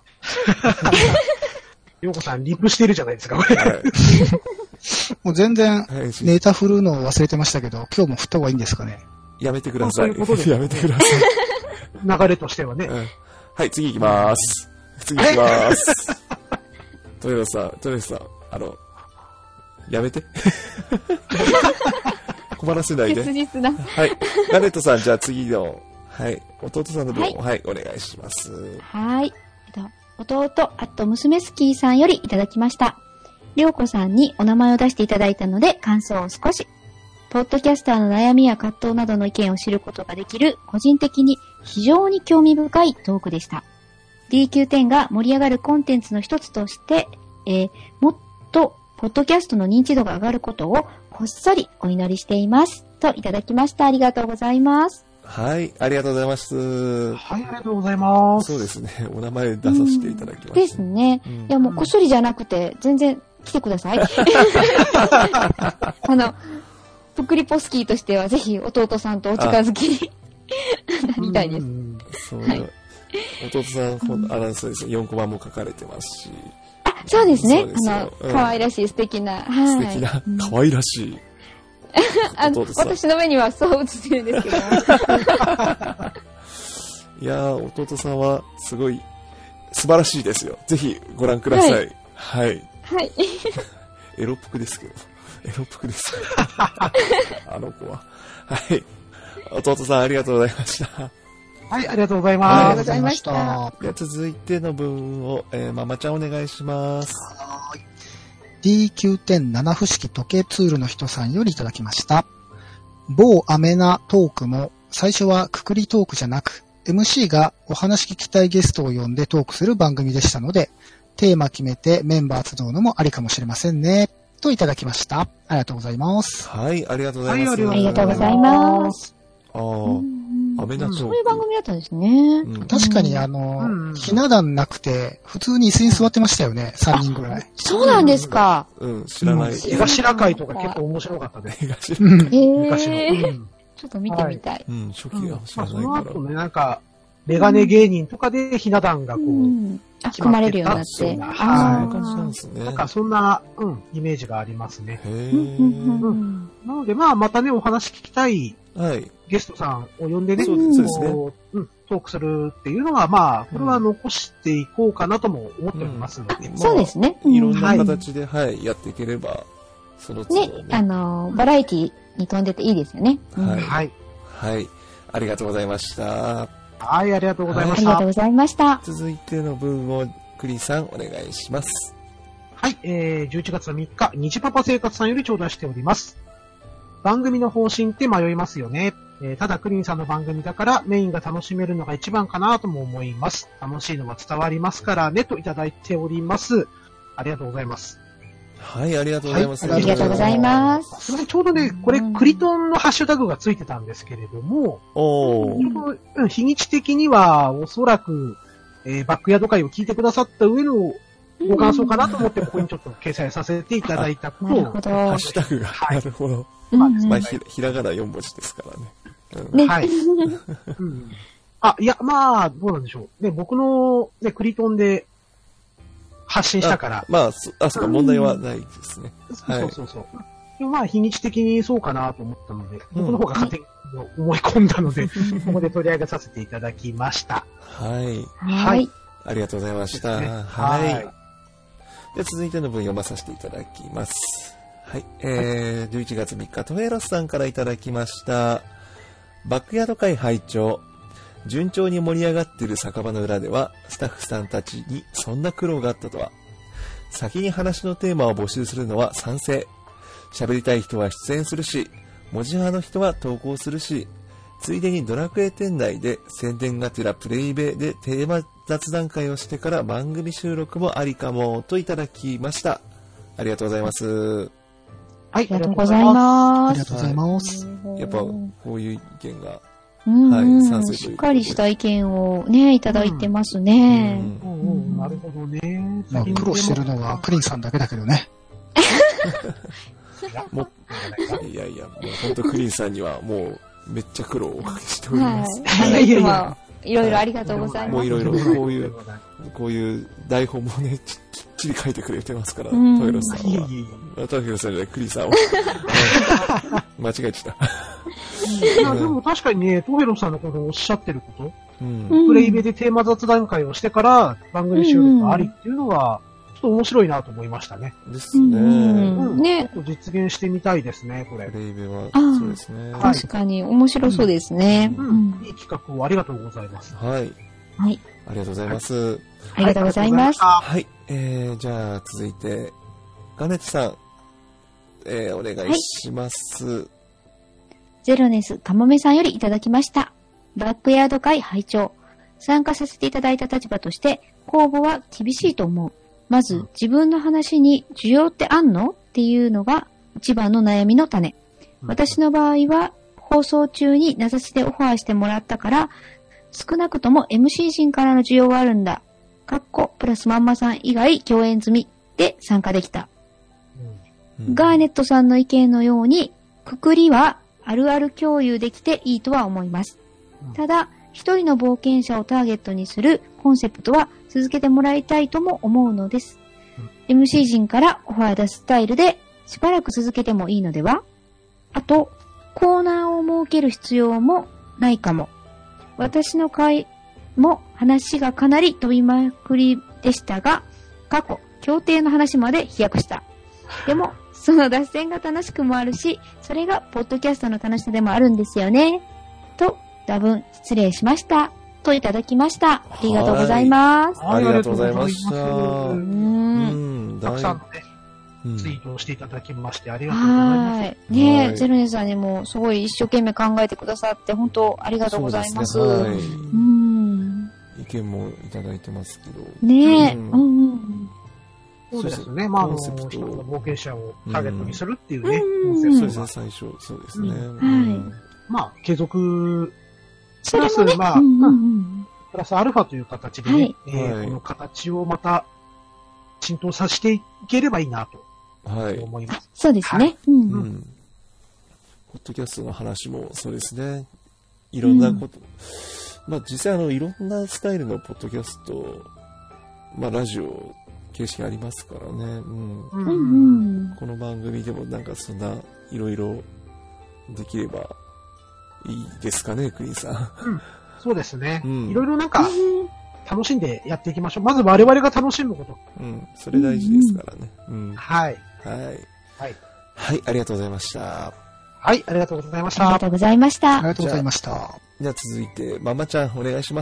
ようこさん、リップしてるじゃないですか、これ。はい、 もう全然、ネタ振るのを忘れてましたけど、今日も振った方がいいんですかね。 やめてください。 やめてください。流れとしてはね。うん、 はい、次行きます。次行きます。豊田さん、やめて。困らせないで。 切実な。 はい。ガレットさん、じゃあ次の、はい。弟さんの分を、はい、お願いします。 はい。弟、あと娘スキーさんよりいただきました。りょうこさんにお名前を出していただいたので、感想を少し。ポッドキャスターの悩みや葛藤などの意見を知ることができる、個人的に非常に興味深いトークでした。DQ10 が盛り上がるコンテンツの一つとして、もっと、ポッドキャストの認知度が上がることをこっそりお祈りしています。といただきました。ありがとうございます。 はい、ありがとうございます。 はい、ありがとうございます。 そうですね、お名前出させていただきました。 ですね。いやもうこっそりじゃなくて、全然来てください。ぷくりポスキーとしてはぜひ弟さんとお近づきになりたいです。 そう、はい、弟さん、アナウンサーですね、4コマも書かれてますし。 そうですね。可愛らしい素敵な。 素敵な、可愛らしい。 私の目にはそう映ってるんですけど。 いやー、弟さんはすごい素晴らしいですよ。ぜひご覧ください。はい。 はい。 エロっぽくですけど。エロっぽくですけど。あの子は。はい。弟さんありがとうございました。 はい、ありがとうございます。 ありがとうございました。 では続いての文を、ママちゃんお願いします。 D9.7 不式時計ツールの人さんよりいただきました。某アメナトークも最初はくくりトークじゃなく MC がお話聞きたいゲストを呼んでトークする番組でしたのでテーマ決めてメンバー集うのもありかもしれませんねといただきました。ありがとうございます。 はい、ありがとうございます。 ありがとうございます。 アメナトーク。 そういう番組だったんですね。 確かにひな壇なくて、普通に椅子に座ってましたよね、3人ぐらい。 そうなんですか。 知らない。 江頭会とか結構面白かったね。昔の。 ちょっと見てみたい。 初期は知らないから。 その後ね、なんか、メガネ芸人とかでひな壇がこう、 組まれるようになって。 なんかそんな、イメージがありますね。なので、またね、お話聞きたいゲストさんを呼んでね、トークするっていうのは、これは残していこうかなとも思っておりますので。 そうですね。 いろんな形で、やっていければ、その都度ね。 バラエティに飛んでていいですよね。 はい。ありがとうございました。 はい、ありがとうございました。 ありがとうございました。 続いての文をクリさんお願いします。 はい、11月3日、虹パパ生活さんより頂戴しております。番組の方針って迷いますよね。ただクリンさんの番組だからメインが楽しめるのが一番かなとも思います。楽しいのは伝わりますからねといただいております。ありがとうございます。 はい、ありがとうございます。 ありがとうございます。 ちょうどね、これクリトンのハッシュタグがついてたんですけれども、日にち的にはおそらく、バックヤード会を聞いてくださった上のご感想かなと思ってここにちょっと掲載させていただいたことを。 ハッシュタグが。なるほど。ひらがな4文字ですからね。はい。いや、どうなんでしょう。ね、僕の、ね、クリトンで発信したから。 そうか、問題はないですね。 そう。日にち的にそうかなと思ったので、僕の方が勝手に思い込んだので、ここで取り上げさせていただきました。 はい。ありがとうございました。で続いての文読まさせていただきます。はい。11月3日、トメロスさんからいただきました。バックヤード会拝聴。順調に盛り上がっている酒場の裏では、スタッフさんたちにそんな苦労があったとは。先に話のテーマを募集するのは賛成。喋りたい人は出演するし、文字派の人は投稿するし、ついでにドラクエ店内で宣伝がてらプレイベでテーマ雑談会をしてから番組収録もありかもといただきました。ありがとうございます。 はい、 ありがとうございます。 ありがとうございます。 やっぱこういう意見が、 賛成という。しっかりした意見をね、いただいてますね。 なるほどね。 苦労してるのはクリンさんだけだけどね。 いやいや、もう本当クリーンさんにはもうめっちゃ苦労をおかけしております。 いろいろありがとうございます。 もういろいろこういう台本もね、きっちり書いてくれてますから、トヘロさんは。トヘロさんじゃない、クリーンさんを。間違えちゃった。 いや、でも確かにね、トヘロさんのことをおっしゃってること、プレイベでテーマ雑談会をしてから番組収録がありっていうのは、ちょっと面白いなと思いましたね。 ですね。 ね。実現してみたいですね、これ。 プレイベは、そうですね。 確かに、面白そうですね。 いい企画をありがとうございます。 はい。 はい。 ありがとうございます。 ありがとうございます。 はい。じゃあ、続いて、ガネットさん、お願いします。 ゼロネスかもめさんよりいただきました。バックヤード会拝聴。参加させていただいた立場として、公募は厳しいと思う。まず、自分の話に需要ってあんのっていうのが一番の悩みの種。私の場合は、放送中に名指しでオファーしてもらったから、少なくとも MC 陣からの需要があるんだ。プラスまんまさん以外共演済みで参加できた。ガーネットさんの意見のように、くくりはあるある共有できていいとは思います。ただ、一人の冒険者をターゲットにするコンセプトは続けてもらいたいとも思うのです。MC 陣からオファー出すスタイルでしばらく続けてもいいのでは？あと、コーナーを設ける必要もないかも。私の回も話がかなり飛びまくりでしたが、過去、協定の話まで飛躍した。でも、その脱線が楽しくもあるし、それがポッドキャストの楽しさでもあるんですよね。と、多分失礼しました。といただきました。ありがとうございます。 ありがとうございました。 たくさんのね、ツイートをしていただきまして、ありがとうございます。 ねえ、ゼロネさんにもすごい一生懸命考えてくださって、本当ありがとうございます。 意見もいただいてますけど。 ねえ、 そうですね。まあ、一つの冒険者をターゲットにするっていうね。 そうですね、最初。そうですね。 まあ、継続、プラス、まあ、プラスアルファという形でね、この形をまた浸透させていければいいなと思います。 そうですね。 ポッドキャストの話もそうですね。いろんなこと、まあ実際いろんなスタイルのポッドキャスト、まあラジオ形式ありますからね。この番組でもなんかそんないろいろできればいいですかね、クリーンさん。 そうですね。いろいろなんか楽しんでやっていきましょう。まず我々が楽しむこと。 それ大事ですからね。 はい。 はい、ありがとうございました。 はい、ありがとうございました。 ありがとうございました。 ありがとうございました。 じゃあ続いて、ママちゃんお願いします。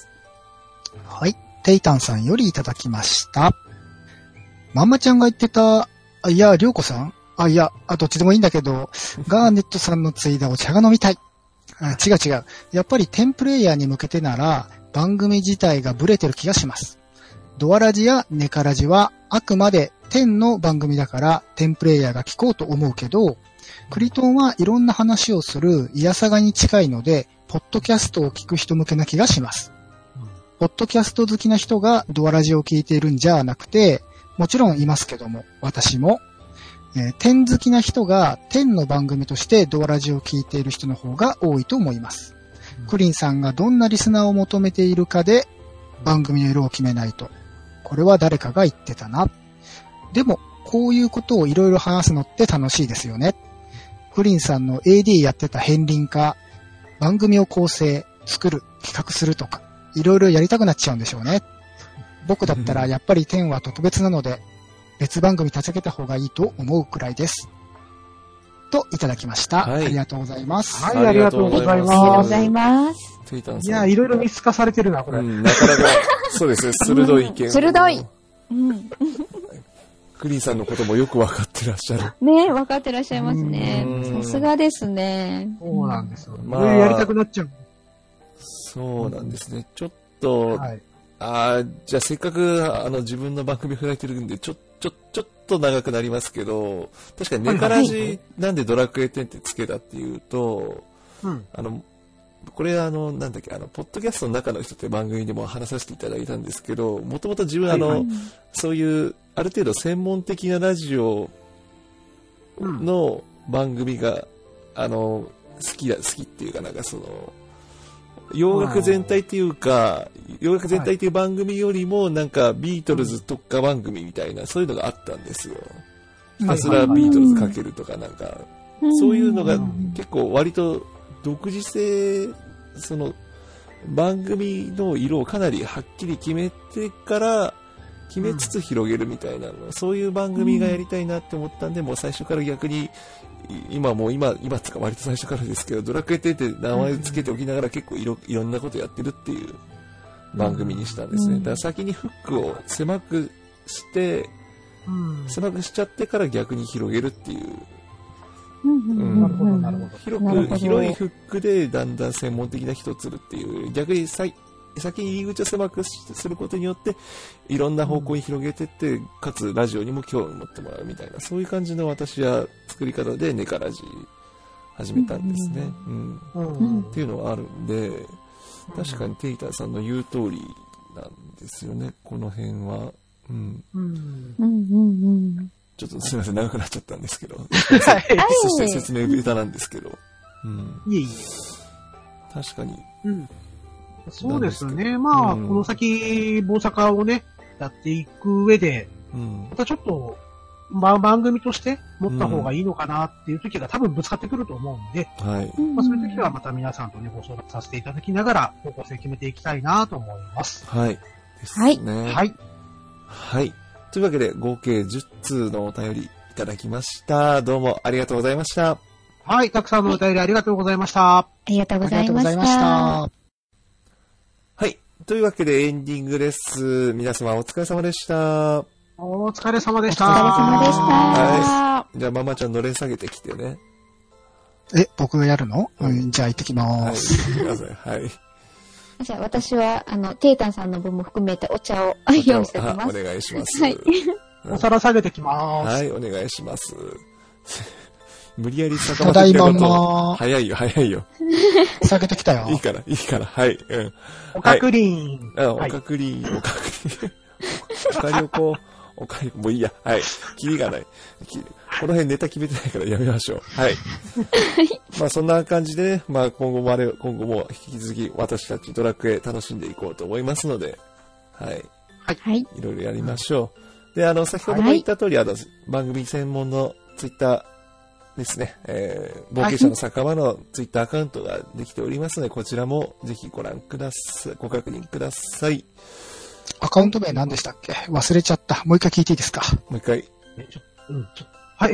はい、テイタンさんよりいただきました。ママちゃんが言ってた、いや、りょうこさん？どっちでもいいんだけど、ガーネットさんの継いだお茶が飲みたい。違う。やっぱり10プレイヤーに向けてなら、番組自体がブレてる気がします。ドアラジやネカラジはあくまで10の番組だから10プレイヤーが聞こうと思うけど、クリトンはいろんな話をするイヤサガに近いので、ポッドキャストを聞く人向けな気がします。ポッドキャスト好きな人がドアラジを聞いているんじゃなくて、もちろんいますけども、私も、10好きな人が10の番組としてドアラジを聞いている人の方が多いと思います。クリンさんがどんなリスナーを求めているかで番組の色を決めないと。これは誰かが言ってたな。でも、こういうことをいろいろ話すのって楽しいですよね。クリンさんの AD やってた片鱗か、番組を構成、作る、企画するとか、いろいろやりたくなっちゃうんでしょうね。僕だったらやっぱり10は特別なので、別番組立ち上げた方がいいと思うくらいです。といただきました。ありがとうございます。 はい、ありがとうございます。ありがとうございます。 いや、いろいろ見透かされてるな、これ。 なかなか、そうですね、鋭い意見。 鋭い。 クリーンさんのこともよくわかってらっしゃる。 ね、わかってらっしゃいますね。さすがですね。 そうなんですよ。いろいろやりたくなっちゃう。 そうなんですね。ちょっと、じゃあせっかく自分の番組開いてるんで、ちょっと長くなりますけど、確かにネカラジなんでドラクエ10ってつけたっていうと、これなんだっけ、ポッドキャストの中の人って番組でも話させていただいたんですけど、もともと自分そういう、ある程度専門的なラジオの番組が、好きっていうか、なんかその、洋楽全体っていうか、洋楽全体っていう番組よりも、なんかビートルズ特化番組みたいな、そういうのがあったんですよ。ひたすらビートルズかけるとか、なんか、そういうのが結構割と独自性、その、番組の色をかなりはっきり決めてから、決めつつ広げるみたいなの、そういう番組がやりたいなって思ったんで、もう最初から逆に、今ってか割と最初からですけど、ドラクエ10って名前つけておきながら結構いろんなことやってるっていう番組にしたんですね。だから先にフックを狭くしちゃってから逆に広げるっていう。 なるほど、なるほど。 広いフックでだんだん専門的な人を釣るっていう、逆に先に入り口を狭くすることによって、いろんな方向に広げてって、かつラジオにも興味を持ってもらうみたいな、そういう感じの私は作り方でネカラジ始めたんですね。っていうのはあるんで、確かにテイターさんの言う通りなんですよね、この辺は。ちょっとすみません、長くなっちゃったんですけど。そして説明ベタなんですけど。 いえいえ。 確かに。 そうですね。まあ、この先、大阪をね、やっていく上で、またちょっと、番組として持った方がいいのかなっていう時が多分ぶつかってくると思うんで、そういう時はまた皆さんとね、ご相談させていただきながら、方向性決めていきたいなと思います。 はい。ですね。はい。というわけで、合計10通のお便りいただきました。どうもありがとうございました。 はい、たくさんのお便りありがとうございました。 ありがとうございました。 はい。というわけでエンディングです。皆様お疲れ様でした。 お疲れ様でした。 お疲れ様でした。 はい。じゃあ、ママちゃんのれ下げてきてね。 僕がやるの？じゃあ行ってきます。 はい。 じゃあ、私は、テイタンさんの分も含めてお茶を用意しておきます。 お願いします。 はい。 お皿下げてきます。 はい、お願いします。無理やり坂本ただいま早いよ。 下げてきたよ。 いいから、はい。 おかくりん。 おかくりん。もういいや。はい。キリがない。この辺ネタ決めてないからやめましょう。はい。まあそんな感じでね、まあ今後も引き続き私たちドラクエ楽しんでいこうと思いますので、はい。 はい。 いろいろやりましょう。で、先ほども言った通り、番組専門のツイッターですね、冒険者の酒場のツイッターアカウントができておりますので、こちらもぜひご確認ください。 アカウント名何でしたっけ？忘れちゃった。もう一回聞いていいですか？ もう一回。 はい、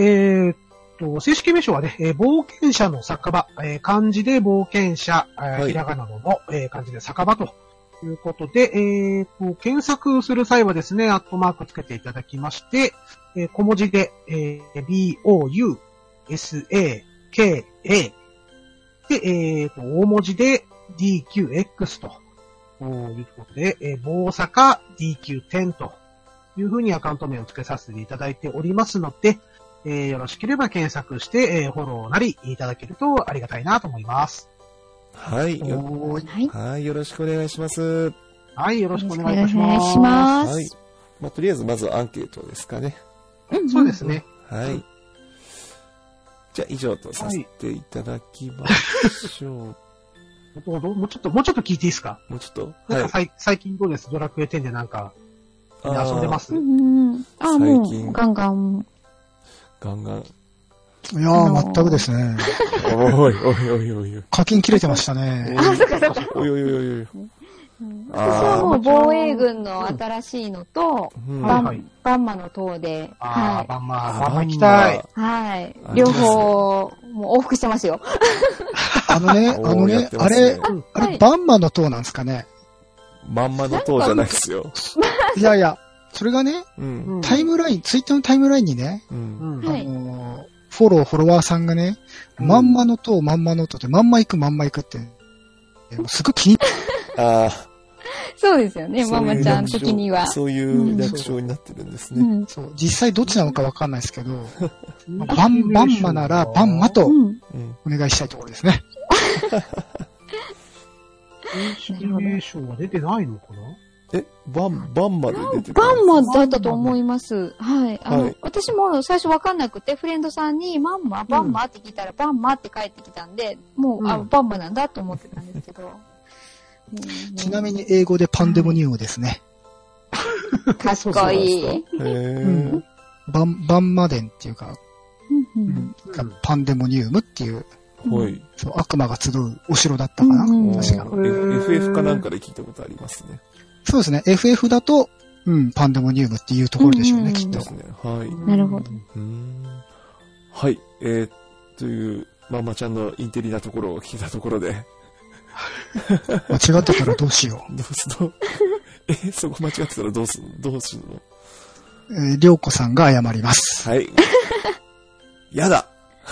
正式名称はね、冒険者の酒場、漢字で冒険者、ひらがなの漢字で酒場ということで、検索する際はですね、アットマークつけていただきまして、小文字で、BOUSAKA で、大文字で DQX ということで、大阪 DQ10 というふうにアカウント名を付けさせていただいておりますので、よろしければ検索して、フォローなりいただけるとありがたいなと思います。 はい。はい。よろしくお願いします。 はい。よろしくお願いいたします。 お願いします。 はい。まあ、とりあえずまずアンケートですかね。 そうですね。 はい。じゃあ以上とさせていただきましょう。 もうちょっと聞いていいですか？ もうちょっと。 なんか最近どうです？ドラクエ10でなんか、遊んでます？ もう、ガンガン。 いやー、全くですね。 おい。 課金切れてましたね。 そっか。 おい。 私はもう防衛軍の新しいのと、バンマの塔で、 バンマ行きたい。 はい。両方、もう往復してますよ。 あれ、バンマの塔なんですかね。 バンマの塔じゃないですよ。 いや、それがね、タイムライン、ツイッターのタイムラインにね、フォロワーさんがね、まんまの塔で、まんま行くって、すごい気にそうですよね、ママちゃん的には。 そういう略称になってるんですね。 そう、実際どっちなのかわかんないですけど、バンマならバンマとお願いしたいところですね。 正式名称は出てないのかな？ バンマで出てた？ バンマだったと思います。はい。私も最初わかんなくて、フレンドさんにバンマって聞いたら、バンマって帰ってきたんで、もう、バンマなんだと思ってたんですけど。 ちなみに英語でパンデモニウムですね。 かっこいい。 バンマデンっていうか、パンデモニウムっていう、そう悪魔が集うお城だったかな、確か。 FF かなんかで聞いたことありますね。 そうですね。FF だと、パンデモニウムっていうところでしょうね、きっと。 はい。 なるほど。 はい。という、ママちゃんのインテリなところを聞いたところで。 間違ってたらどうしよう。 そこ間違ってたらどうするの？ りょうこさんが謝ります。 はい。やだ。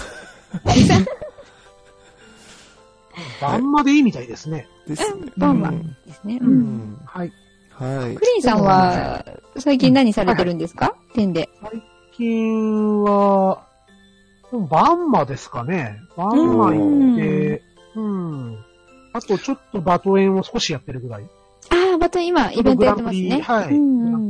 バンマでいいみたいですね。 ですね。 バンマですね。 はい。 はい。 クリーンさんは、最近何されてるんですか？点で。 最近は、バンマですかね。バンマ行って、あとちょっとバトエンを少しやってるぐらい。 ああ、バトエン今、イベントやってますね。 はい。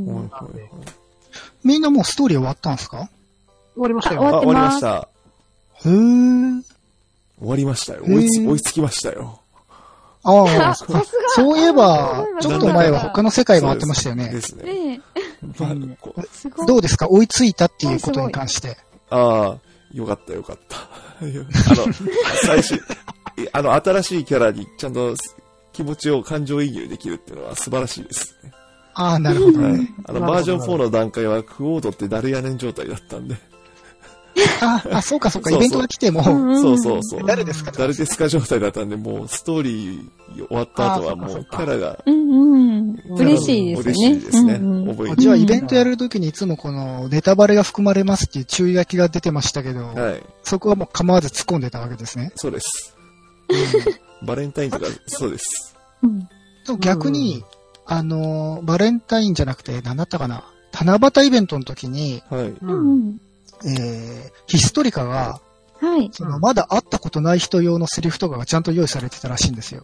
みんなもうストーリー終わったんですか？ 終わりましたよ。 終わりました。 へー。 終わりましたよ。追いつきましたよ。 ああ、そういえば、ちょっと前は他の世界回ってましたよね。 ですね。 どうですか？追いついたっていうことに関して。 ああ、よかった。最初、新しいキャラにちゃんと気持ちを感情移入できるっていうのは素晴らしいですね。 ああ、なるほどね。 バージョン4の段階はクオードって誰やねん状態だったんで。 そうか、イベントが来ても。 そう。 誰ですか状態だったんで、もうストーリー終わった後はもうキャラが。 嬉しいですね。 嬉しいですね。 じゃあイベントやるときにいつもこのネタバレが含まれますっていう注意書きが出てましたけど、そこはもう構わず突っ込んでたわけですね。 そうです。バレンタインとか、そうです。 逆に、バレンタインじゃなくて、何だったかな、七夕イベントの時に、ヒストリカが、まだ会ったことない人用のセリフとかがちゃんと用意されてたらしいんですよ。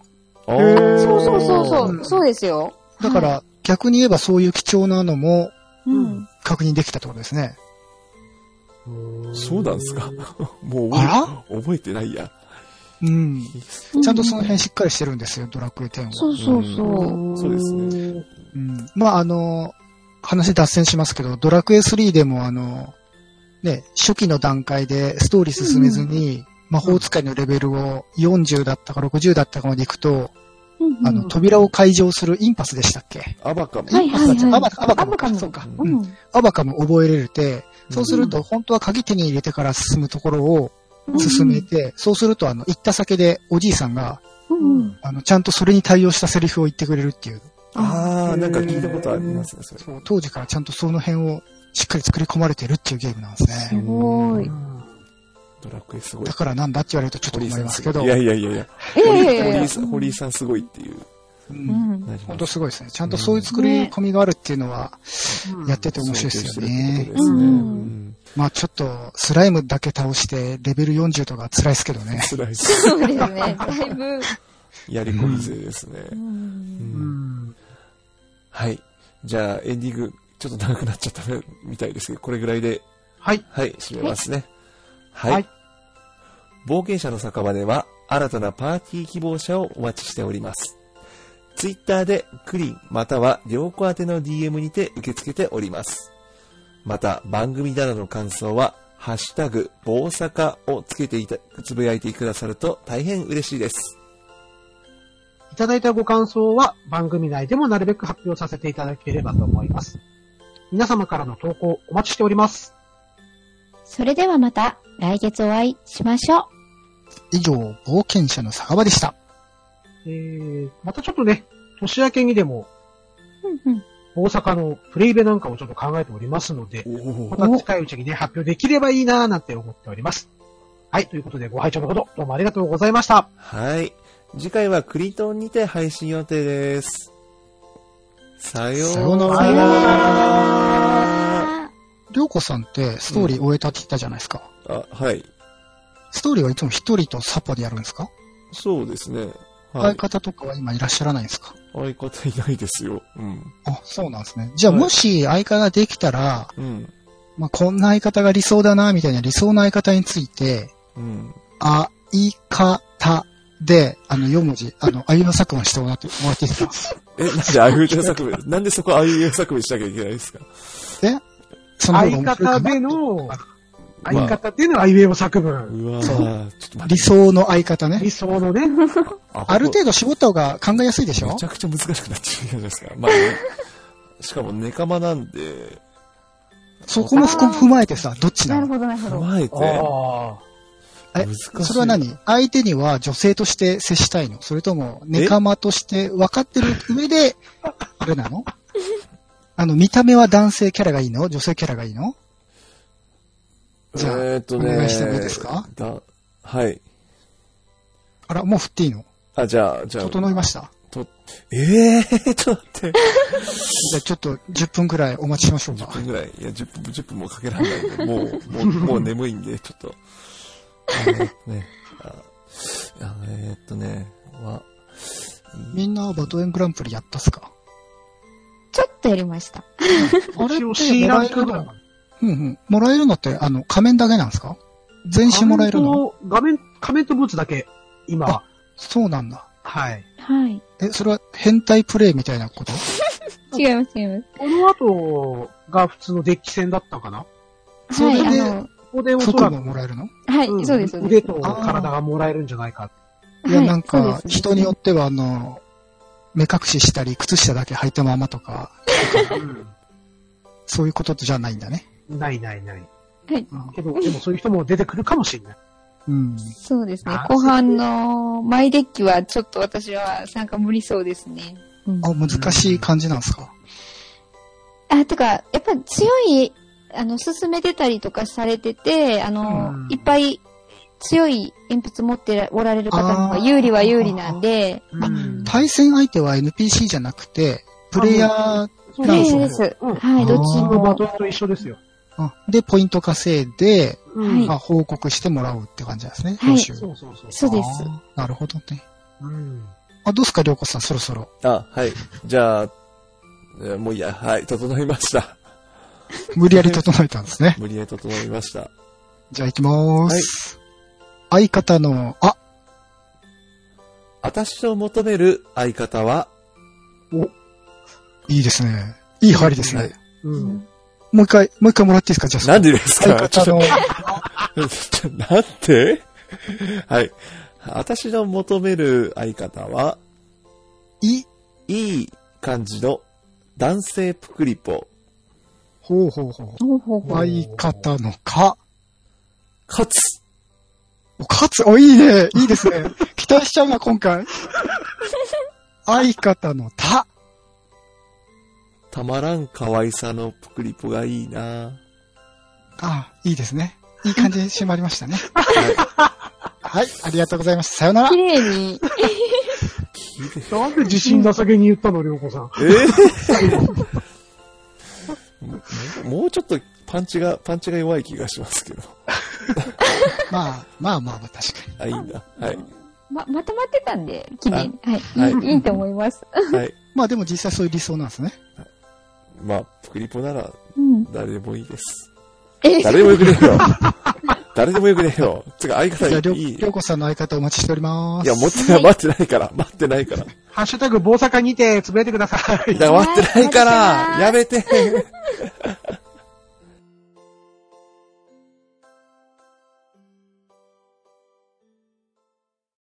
そうですよ。 だから、逆に言えばそういう貴重なのも、確認できたってことですね。 そうなんですか？もう覚えてないや。 ちゃんとその辺しっかりしてるんですよ、ドラクエ10は。 そうですね。 まあ、話脱線しますけど、ドラクエ3でも初期の段階でストーリー進めずに、魔法使いのレベルを40だったか60だったかまで行くと、扉を開錠するインパスでしたっけ？ アバカム。 アバカム。そうか。アバカム覚えれるて、そうすると本当は鍵手に入れてから進むところを進めて、そうすると行った先でおじいさんが、ちゃんとそれに対応したセリフを言ってくれるっていう。 なんか聞いたことありますね、それ。 そう、当時からちゃんとその辺をしっかり作り込まれてるっていうゲームなんですね。 すごい。 ドラクエすごい。 だからなんだって言われるとちょっと困りますけど。 いや。堀井さんすごいっていう。 本当すごいですね。ちゃんとそういう作り込みがあるっていうのは、やってて面白いですよね。まあちょっと、スライムだけ倒してレベル40とか辛いですけどね。 辛いです。 そうですね。だいぶ。 やり込み勢ですね。はい。じゃあエンディング、ちょっと長くなっちゃったみたいですけど、これぐらいで。はい、締めますね。はい。冒険者の酒場では、新たなパーティー希望者をお待ちしております。ツイッターでクリンまたは良子宛ての DM にて受け付けております。また番組などの感想はハッシュタグ棒坂をつけてつぶやいてくださると大変嬉しいです。 いただいたご感想は番組内でもなるべく発表させていただければと思います。皆様からの投稿お待ちしております。 それではまた来月お会いしましょう。 以上、冒険者の酒場でした。 またちょっとね、年明けにでも、大阪のプレイベなんかをちょっと考えておりますので、また近いうちにね、発表できればいいなぁなんて思っております。はい、ということでご拝聴のほど、どうもありがとうございました。 はい。次回はクリトンにて配信予定です。さようなら。 りょうこさんってストーリー終えたって言ったじゃないですか。 はい。 ストーリーはいつも一人とサポでやるんですか？ そうですね。 相方とかは今いらっしゃらないんですか？ 相方いないですよ。うん。 あ、そうなんですね。じゃあもし相方ができたら、 うん。 まあ、こんな相方が理想だな、みたいな理想の相方について、 うん。 相方で、4文字、あいうえお作文してもらっていいですか？ なんであいうえお作文なんでそこあいうえお作文しなきゃいけないですか？ その相方でのあいうえお作文。 うわぁ、ちょっと待って。 理想の相方ね。 理想のね。 ある程度絞った方が考えやすいでしょ？ めちゃくちゃ難しくなっちゃうじゃないですか。まあ、ね、しかもネカマなんで、 そこも踏まえてさ、どっちなの？ なるほど、なるほど。 踏まえて、難しい。 それは何？相手には女性として接したいの？それとも、ネカマとして分かってる上で、あれなの？見た目は男性キャラがいいの？女性キャラがいいの？じゃあ、お願いしてもいいですか？ はい。 あら、もう振っていいの？ じゃあ。 整いました。 ちょっと待って。 じゃあちょっと10分くらいお待ちしましょうか。 10分くらい。いや、10分もかけられないんで、もう眠いんで、ちょっと。 みんなバトエングランプリやったっすか？ ちょっとやりました。 あれってもらえるの？もらえるのって、仮面だけなんですか？全身もらえるの？ 仮面とブーツだけ、今。 あ、そうなんだ。 はい。 はい。 それは変態プレイみたいなこと？ 違います。 この後が普通のデッキ戦だったかな？ それで、 ここでおそ服らくももらえるの？ はい、そうです。 腕と体がもらえるんじゃないか。 いや、なんか、人によっては目隠ししたり、靴下だけ履いたままとか、そういうことじゃないんだね。 ない。 はい。 けど、でもそういう人も出てくるかもしれない。 そうですね。後半のマイデッキはちょっと私は参加無理そうですね。 難しい感じなんですか？ てか、やっぱり強い、進めてたりとかされてて、いっぱい強い鉛筆持っておられる方の方が有利は有利なんで。 対戦相手は NPC じゃなくて、プレイヤーなんですね。はい、どっちも。 バトルと一緒ですよ。 で、ポイント稼いで、報告してもらうって感じですね。 はい。 そうです。なるほどね。どうすか、りょうこさん、そろそろ。 はい。じゃあ、もういいや、はい、整いました。 無理やり整えたんですね。 無理やり整いました。 じゃあ行きまーす。相方の、 私の求める相方は、 いいですね。いい入りですね。もう一回もらっていいですか？じゃあ。 なんでですか？ 相方の、 なんで？はい。私の求める相方は、いい感じの男性プクリポ。 ほう。相方のか。 勝つ。 いいね。いいですね。期待しちゃうな、今回。相方のた。 たまらん可愛さのプクリポがいいな。 いいですね。いい感じに締まりましたね。はい、ありがとうございます。さよなら。 綺麗に。 なんで自信なさげに言ったの、りょうこさん。 もうちょっとパンチが弱い気がしますけど。 まあ、確かに。 いいんだ。はい。 まとまってたんで、綺麗に。はい。いいと思います。 はい。 まあでも実際そういう理想なんですね。 プクリポなら、誰でもいいです。 誰でもよくねえよ。つか相方いい。 りょうこさんの相方お待ちしております。 いや、待ってないから。 ハッシュタグ、棒坂にて、つぶやいてください。 待ってないから、やめて。